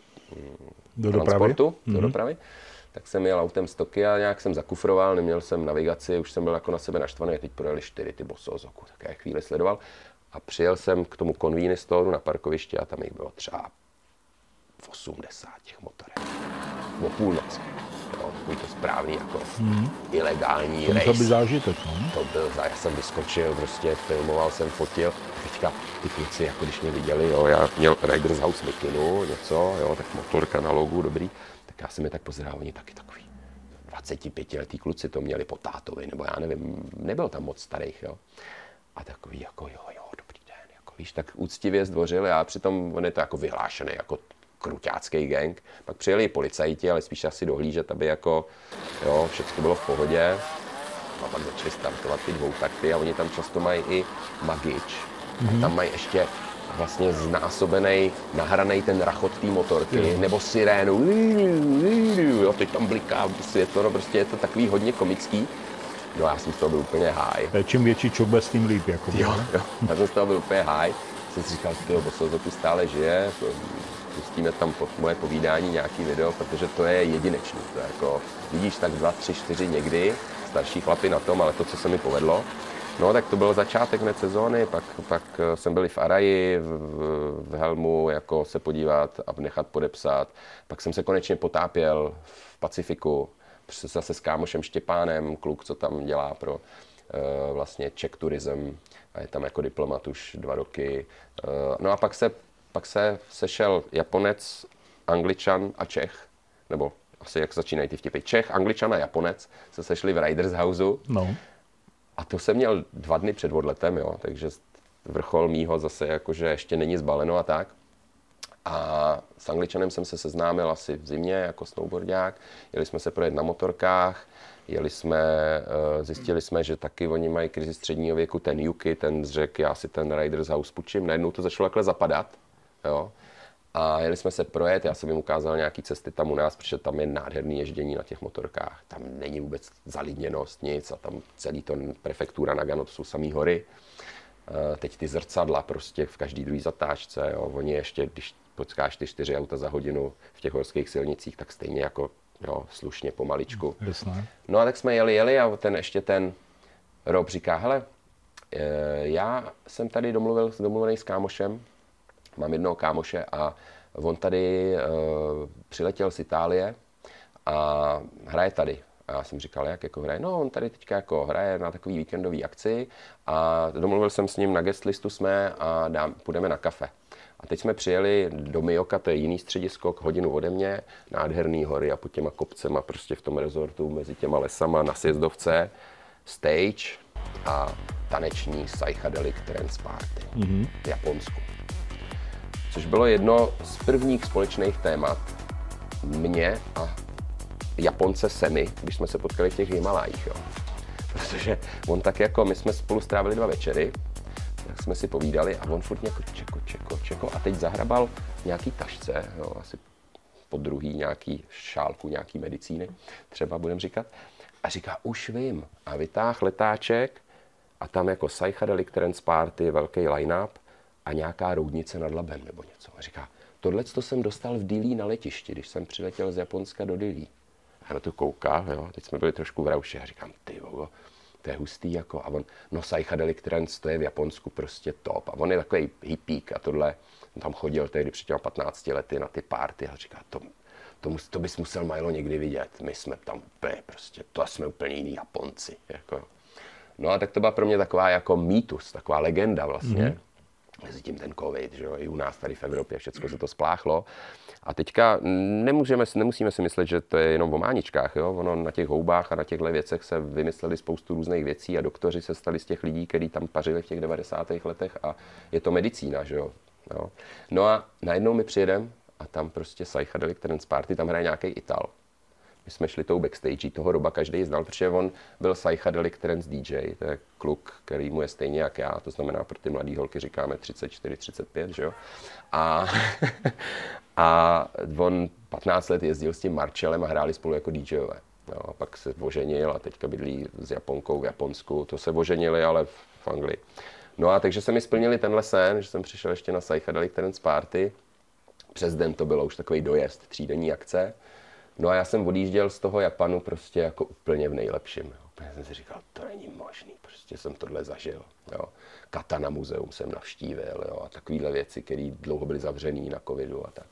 do transportu, dopravy. do dopravy. Tak jsem jel autem z Tokia, nějak jsem zakufroval, neměl jsem navigaci, už jsem byl jako na sebe naštvaný, teď projeli čtyři ty Bosozoku, tak já chvíli sledoval. A přijel jsem k tomu convenience store na parkovišti a tam jich bylo třeba osmdesát těch motorek. O půlnoci. Jo, takový to správný jako hmm. ilegální to race. To by zážitek, no? To byl, já jsem vyskočil, prostě filmoval jsem, fotil. Teďka ty kluci, jako když mě viděli, jo, já měl Riders House mikinu, něco, jo, tak motorka na logu, dobrý. Já jsem je tak pozeral, oni taky takový dvacetipětiletí kluci to měli po tátovi, nebo já nevím, nebyl tam moc starých, jo. A takový jako jo, jo, dobrý den, jako víš, tak úctivě zdvořili a přitom on je to jako vyhlášený, jako kruťácký gang. Pak přijeli policajti, ale spíš asi dohlížet, aby jako, jo, všechno bylo v pohodě. A pak začali startovat ty dvoutakty a oni tam často mají i magič. Mm-hmm. Tam mají ještě vlastně znásobený, nahranej ten rachot té motorky, jo. Nebo sirénu, jo, teď tam bliká světlo, no prostě je to takový hodně komický. No já jsem z toho byl úplně high. Čím větší čokbes, tím líp, jako. Jo, jo, já jsem z toho byl úplně high. Jsem si říkal, že Bosozoku stále žije, pustíme tam pod moje povídání nějaký video, protože to je jedinečný. To je jako, vidíš tak dva, tři, čtyři někdy, starší chlapi na tom, ale to, co se mi povedlo. No, tak to byl začátek hned sezóny, pak, pak jsem byl v Araji, v, v helmu, jako se podívat a nechat podepsat. Pak jsem se konečně potápěl v Pacifiku, zase s kámošem Štěpánem, kluk, co tam dělá pro uh, vlastně Czech Tourism a je tam jako diplomat už dva roky. Uh, no a pak se, pak se sešel Japonec, Angličan a Čech, nebo asi jak začínají ty vtipy. Čech, Angličan a Japonec se sešli v Riders Houseu. No. A to jsem měl dva dny před odletem, jo, takže vrchol mýho zase jakože ještě není zbaleno a tak. A s Angličanem jsem se seznámil asi v zimě jako snowboardák. Jeli jsme se projet na motorkách, jeli jsme, zjistili jsme, že taky oni mají krizi středního věku, ten Yuki, ten řekl, já si ten Riders House půjčím. Najednou to začalo takhle zapadat. Jo. A jeli jsme se projet, já jsem jim ukázal nějaký cesty tam u nás, protože tam je nádherný ježdění na těch motorkách. Tam není vůbec zalidněnost, nic a tam celý to prefektura Nagano, to jsou samý hory. Teď ty zrcadla prostě v každý druhý zatáčce, jo. Oni ještě, když potkáš ty čtyři auta za hodinu v těch horských silnicích, tak stejně jako jo, slušně pomaličku. Jasné. No a tak jsme jeli, jeli a ten ještě ten Rob říká, hele, já jsem tady domluvil, domluvený s kámošem, mám jednoho kámoše a on tady uh, přiletěl z Itálie a hraje tady. A já jsem říkal, jak jako hraje? No, on tady teďka jako hraje na takový víkendový akci a domluvil jsem s ním, na guest listu jsme a dám, půjdeme na kafe. A teď jsme přijeli do Miyoka, to je jiný středisko, hodinu ode mě, nádherný hory a pod těma kopcema, prostě v tom rezortu, mezi těma lesama, na sjezdovce, stage a taneční psychedelic trance party mm-hmm. v Japonsku. Což bylo jedno z prvních společných témat mě a Japonce Semi, když jsme se potkali v těch Himalajích, jo. Protože on tak jako, my jsme spolu strávili dva večery, tak jsme si povídali a on furt jako čeko, čeko, čeko a teď zahrabal nějaký tašce, jo, asi po druhý nějaký šálku, nějaký medicíny, třeba budem říkat, a říká, už vím, a vytáhl letáček a tam jako psychedelic trance party, velký line-up a nějaká roudnice nad Labem nebo něco. A říká, tohleto jsem dostal v Dillí na letišti, když jsem přiletěl z Japonska do Dillí. A na to koukal, jo, teď jsme byli trošku v rauši a říkám, ty vogo, to je hustý jako, a on, no psychedelic trance, to je v Japonsku prostě top. A on je takový hippík a tohle, on tam chodil tehdy před těma patnácti lety na ty party a říká, to, to, to bys musel Milo někdy vidět, my jsme tam úplně prostě, to jsme úplně jiný Japonci, jako. No a tak to byla pro mě taková jako mýtus, taková legenda vlastně. Mm-hmm. Mezi tím ten covid, že jo, i u nás tady v Evropě všechno se to spláchlo. A teďka nemůžeme, nemusíme si myslet, že to je jenom o máničkách, jo. Ono na těch houbách a na těchto věcech se vymysleli spoustu různých věcí a doktoři se stali z těch lidí, kteří tam pařili v těch devadesátých letech a je to medicína, že jo. jo. No a najednou my přijedeme a tam prostě psychedelic trance party, tam hraje nějaký Ital. My jsme šli tou backstage, toho Roba každý znal, protože on byl psychedelic trance D J, to je kluk, který mu je stejně jak já, to znamená pro ty mladý holky říkáme třicet čtyři, třicet pět, že jo. A, a on patnáct let jezdil s tím Marcellem a hráli spolu jako DJové. Jo, a pak se oženil a teďka bydlí s Japonkou v Japonsku, to se oženili, ale v Anglii. No a takže se mi splnili tenhle sen, že jsem přišel ještě na psychedelic trance party. Přes den to bylo už takový dojezd, třídenní akce. No a já jsem odjížděl z toho Japanu prostě jako úplně v nejlepším. Jo. Úplně jsem si říkal, to není možný, prostě jsem tohle zažil. Jo. Katana muzeum jsem navštívil, jo, a takovéhle věci, které dlouho byly zavřený na covidu a tak.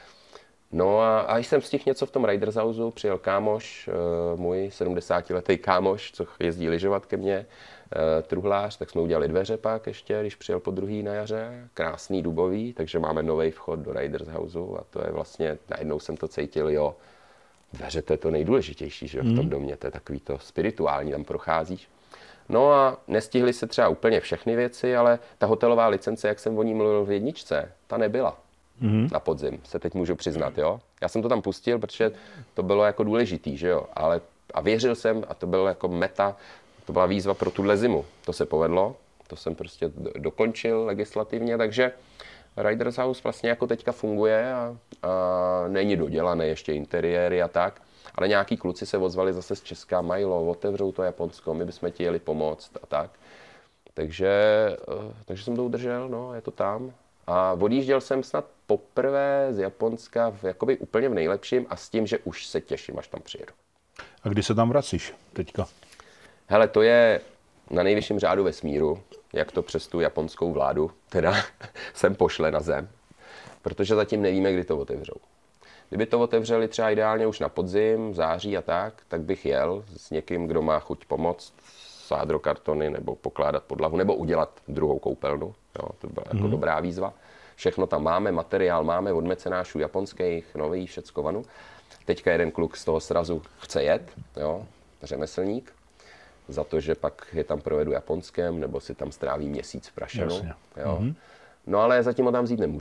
No a, a jsem stihl něco v tom Riders Houseu, přijel kámoš, můj sedmdesátiletý kámoš, co jezdí lyžovat ke mně, truhlář, tak jsme udělali dveře pak ještě, když přijel po druhý na jaře, krásný dubový, takže máme nový vchod do Riders Houseu a to je vlastně, najednou jsem to cítil, jo, dveře to je to nejdůležitější, že v tom domě, to je takový to spirituální, tam procházíš. No a nestihly se třeba úplně všechny věci, ale ta hotelová licence, jak jsem o ní mluvil v jedničce, ta nebyla. Mm-hmm. Na podzim, se teď můžu přiznat, jo. Já jsem to tam pustil, protože to bylo jako důležitý, že jo, ale a věřil jsem a to bylo jako meta, to byla výzva pro tuhle zimu. To se povedlo, to jsem prostě dokončil legislativně, takže Riders House vlastně jako teďka funguje a, a není dodělané ještě interiéry a tak, ale nějaký kluci se ozvali zase z Česka, Milo, otevřou to Japonsko, my bychom ti jeli pomoct a tak. Takže, takže jsem to udržel, no, je to tam. A odjížděl jsem snad poprvé z Japonska v jakoby úplně v nejlepším a s tím, že už se těším, až tam přijedu. A kdy se tam vracíš teďka? Hele, to je na nejvyšším řádu vesmíru, jak to přes tu japonskou vládu teda sem pošle na zem, protože zatím nevíme, kdy to otevřou. Kdyby to otevřeli třeba ideálně už na podzim, v září a tak, tak bych jel s někým, kdo má chuť pomoct, sádrokartony nebo pokládat podlahu, nebo udělat druhou koupelnu. Jo, to byla jako mm. dobrá výzva. Všechno tam máme, materiál máme od mecenášů japonských, nový, všecko vanu. Teďka jeden kluk z toho srazu chce jet, jo, řemeslník, za to, že pak je tam provedu japonském, nebo si tam stráví měsíc v Prašenu. Jo. Mm. No ale zatím ho tam vzít nemůžu.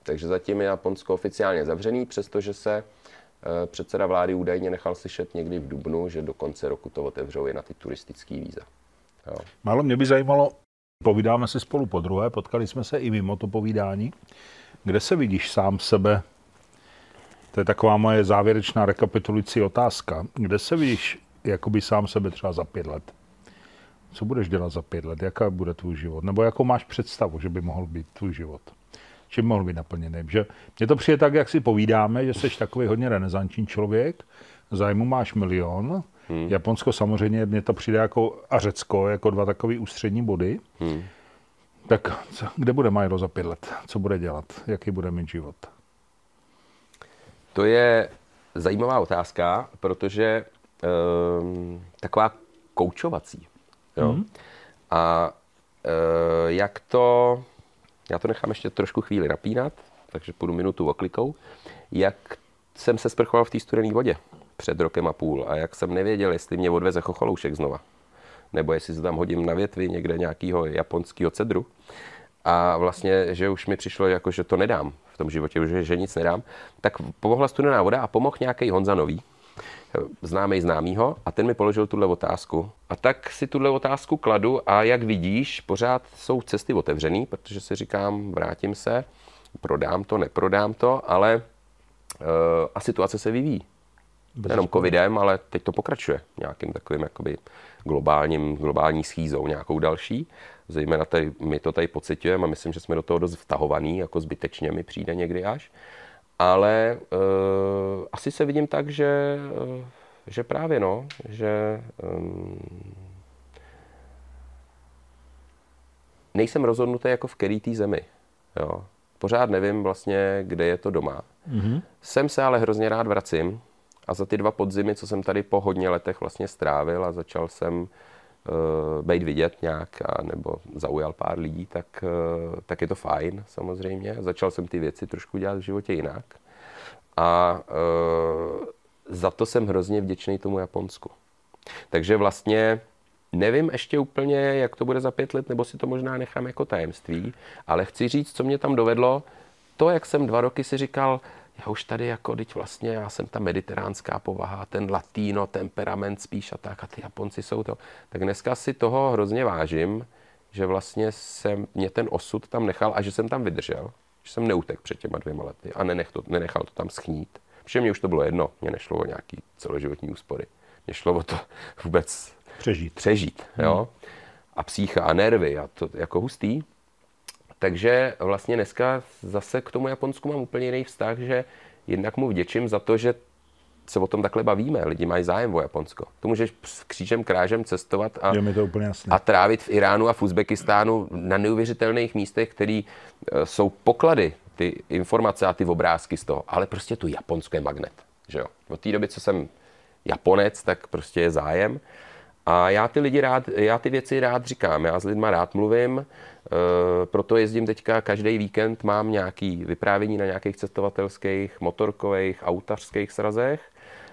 Takže zatím je Japonsko oficiálně zavřený, přestože se předseda vlády údajně nechal slyšet někdy v dubnu, že do konce roku to otevřou i na ty turistické víza. Jo. Málo mě by zajímalo, povídáme si spolu podruhé, potkali jsme se i mimo to povídání. Kde se vidíš sám sebe? To je taková moje závěrečná rekapitulující otázka. Kde se vidíš jakoby sám sebe třeba za pět let? Co budeš dělat za pět let? Jaká bude tvůj život? Nebo jakou máš představu, že by mohl být tvůj život? Čím mohl být naplněný? Že mně to přijde tak, jak si povídáme, že jsi takový hodně renesanční člověk, zájmu máš milion. Hmm. Japonsko samozřejmě, mně to přijde jako a Řecko, jako dva takové ústřední body. Hmm. Tak co, kde bude Milo za pět let? Co bude dělat? Jaký bude mít život? To je zajímavá otázka, protože um, taková koučovací. Jo? Hmm. A uh, jak to... Já to nechám ještě trošku chvíli napínat, takže půjdu minutu oklikou. Jak jsem se sprchoval v té studené vodě před rokem a půl a jak jsem nevěděl, jestli mě odveze chocholoušek znova, nebo jestli se tam hodím na větvi někde nějakého japonského cedru. A vlastně, že už mi přišlo, jako, že to nedám v tom životě, že, že nic nedám, tak pomohla studená voda a pomohl nějaký Honza Nový, známej známýho, a ten mi položil tuhle otázku. A tak si tuhle otázku kladu a jak vidíš, pořád jsou cesty otevřený, protože si říkám, vrátím se, prodám to, neprodám to, ale uh, a situace se vyvíjí. Nejenom covidem, ale teď to pokračuje nějakým takovým jakoby globálním, globální schýzou, nějakou další. Zejména tady, my to tady pociťujeme a myslím, že jsme do toho dost vtahovaný, jako zbytečně mi přijde někdy až. Ale uh, asi se vidím tak, že, uh, že právě no, že um, nejsem rozhodnutý jako v který té zemi. Jo. Pořád nevím vlastně, kde je to doma. Mm-hmm. Sem se ale hrozně rád vracím a za ty dva podzimy, co jsem tady po hodně letech vlastně strávil a začal jsem uh, být vidět nějak a nebo zaujal pár lidí, tak, uh, tak je to fajn samozřejmě. Začal jsem ty věci trošku dělat v životě jinak a uh, za to jsem hrozně vděčný tomu Japonsku. Takže vlastně nevím ještě úplně, jak to bude za pět let, nebo si to možná nechám jako tajemství, ale chci říct, co mě tam dovedlo, to, jak jsem dva roky si říkal, já už tady jako, teď vlastně, já jsem ta mediteránská povaha, ten latino, temperament spíš a tak, a ty Japonci jsou to. Tak dneska si toho hrozně vážím, že vlastně jsem, mě ten osud tam nechal a že jsem tam vydržel, že jsem neutek před těma dvěma lety a nenech to, nenechal to tam schnít. Protože mě už to bylo jedno, mě nešlo o nějaký celoživotní úspory. Mě šlo o to vůbec přežít. přežít jo? A psycha a nervy a to jako hustý. Takže vlastně dneska zase k tomu Japonsku mám úplně jiný vztah, že jednak mu vděčím za to, že se o tom takhle bavíme. Lidi mají zájem o Japonsko. To můžeš křížem krážem cestovat a, je mi to úplně jasný. A trávit v Iránu a v Uzbekistánu na neuvěřitelných místech, které jsou poklady, ty informace a ty obrázky z toho. Ale prostě to Japonsko je magnet. Že jo? Od té doby, co jsem Japonec, tak prostě je zájem. A já ty lidi rád, já ty věci rád říkám, já s lidma rád mluvím, e, proto jezdím teďka každý víkend, mám nějaký vyprávění na nějakých cestovatelských, motorkových, autařských srazech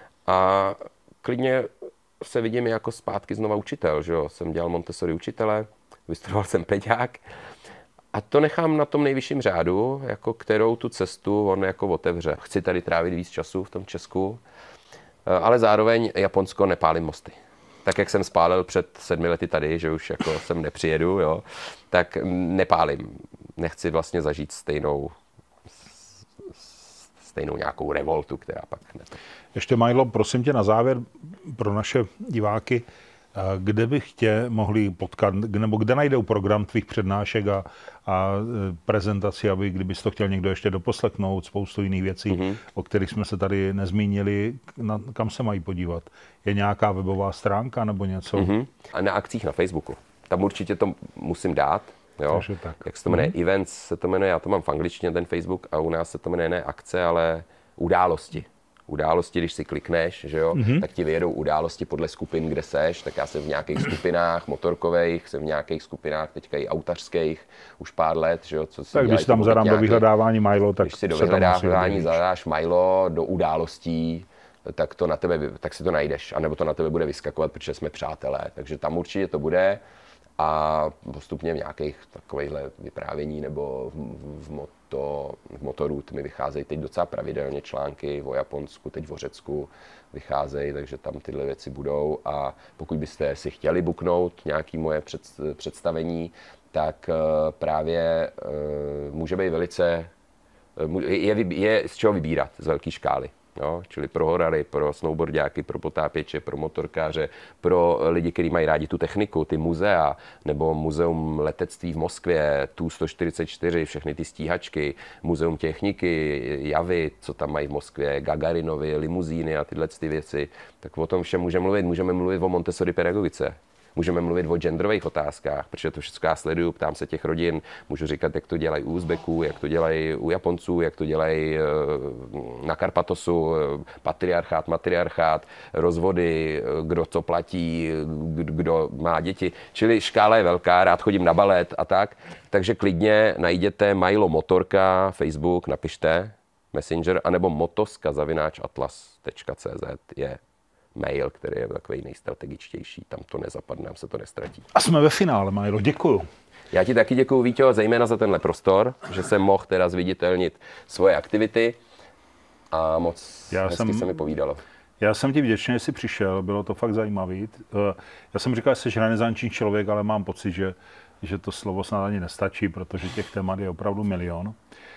a klidně se vidím jako zpátky znova učitel, že jo, jsem dělal Montessori učitele, vystudoval jsem peďák a to nechám na tom nejvyšším řádu, jako kterou tu cestu on jako otevře. Chci tady trávit víc času v tom Česku, e, ale zároveň Japonsko nepálím mosty. Tak jak jsem spálil před sedmi lety tady, že už jako sem nepřijedu, jo, tak nepálím. Nechci vlastně zažít stejnou, stejnou nějakou revoltu, která pak... Ne... Ještě, Milo, prosím tě na závěr pro naše diváky, kde bych tě mohli potkat, nebo kde najdou program tvých přednášek a, a prezentaci, aby kdybys to chtěl někdo ještě doposlechnout, spoustu jiných věcí, mm-hmm. o kterých jsme se tady nezmínili, na, kam se mají podívat? Je nějaká webová stránka nebo něco? Mm-hmm. A na akcích na Facebooku. Tam určitě to musím dát. Jo? Tak. Jak se to jmenuje, mm-hmm. Events se to jmenuje, já to mám v angličtině, ten Facebook, a u nás se to jmenuje ne akce, ale události. Události, když si klikneš, že jo, mm-hmm. tak ti vyjedou události podle skupin, kde seš, tak já jsem v nějakých skupinách motorkových, jsem v nějakých skupinách teďka i autařských už pár let, že jo, co si tak když tam zadám do vyhledávání Milo, tak když si do vyhledávání zadáš Milo do událostí, tak to na tebe, tak si to najdeš, anebo to na tebe bude vyskakovat, protože jsme přátelé, takže tam určitě to bude. a postupně v nějakých takovýchhle vyprávění nebo v, v, moto, v motoru mi vycházejí teď docela pravidelně články o Japonsku, teď o Řecku vycházejí, takže tam tyhle věci budou a pokud byste si chtěli booknout nějaké moje před, představení, tak právě může být velice, je, je z čeho vybírat, z velké škály. Jo, čili pro horary, pro snowboardáky, pro potápěče, pro motorkáře, pro lidi, kteří mají rádi tu techniku, ty muzea, nebo muzeum letectví v Moskvě, T U sto čtyřicet čtyři, všechny ty stíhačky, muzeum techniky, javy, co tam mají v Moskvě, Gagarinovi, limuzíny a tyhle ty věci. Tak o tom všem můžeme mluvit. Můžeme mluvit o Montessori pedagogice. Můžeme mluvit o genderových otázkách, protože to všechno já sleduju, ptám se těch rodin, můžu říkat, jak to dělají u Uzbeků, jak to dělají u Japonců, jak to dělají na Karpatosu, patriarchát, matriarchát, rozvody, kdo co platí, kdo má děti. Čili škála je velká, rád chodím na balet a tak. Takže klidně najděte Milo Motorka, Facebook, napište, Messenger, anebo motoska zavináč atlas tečka cé zet je mail, který je takový nejstrategičtější, tam to nezapadne, tam se to nestratí. A jsme ve finále, Milo, děkuju. Já ti taky děkuju, Víťo, zejména za tenhle prostor, že jsem mohl teda zviditelnit svoje aktivity a moc já hezky jsem, se mi povídalo. Já jsem ti vděčný, že jsi přišel, bylo to fakt zajímavý. Já jsem říkal, že jsi renesanční člověk, ale mám pocit, že, že to slovo snad ani nestačí, protože těch témat je opravdu milion.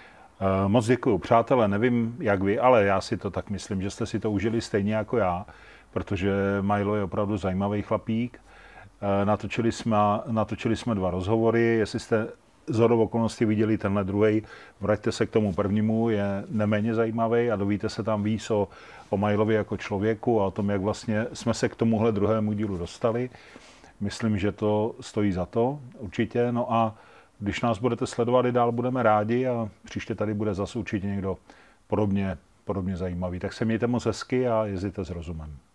Moc děkuju. Přátelé, nevím jak vy, ale já si to tak myslím, že jste si to užili stejně jako já, protože Milo je opravdu zajímavý chlapík. Natočili jsme, natočili jsme dva rozhovory, jestli jste shodou okolností viděli tenhle druhej, vraťte se k tomu prvnímu, je neméně zajímavý a dovíte se tam víc o, o Milovi jako člověku a o tom, jak vlastně jsme se k tomuhle druhému dílu dostali. Myslím, že to stojí za to, určitě. No a když nás budete sledovat i dál, budeme rádi a příště tady bude zase určitě někdo podobně, podobně zajímavý. Tak se mějte moc hezky a jezdíte s rozumem.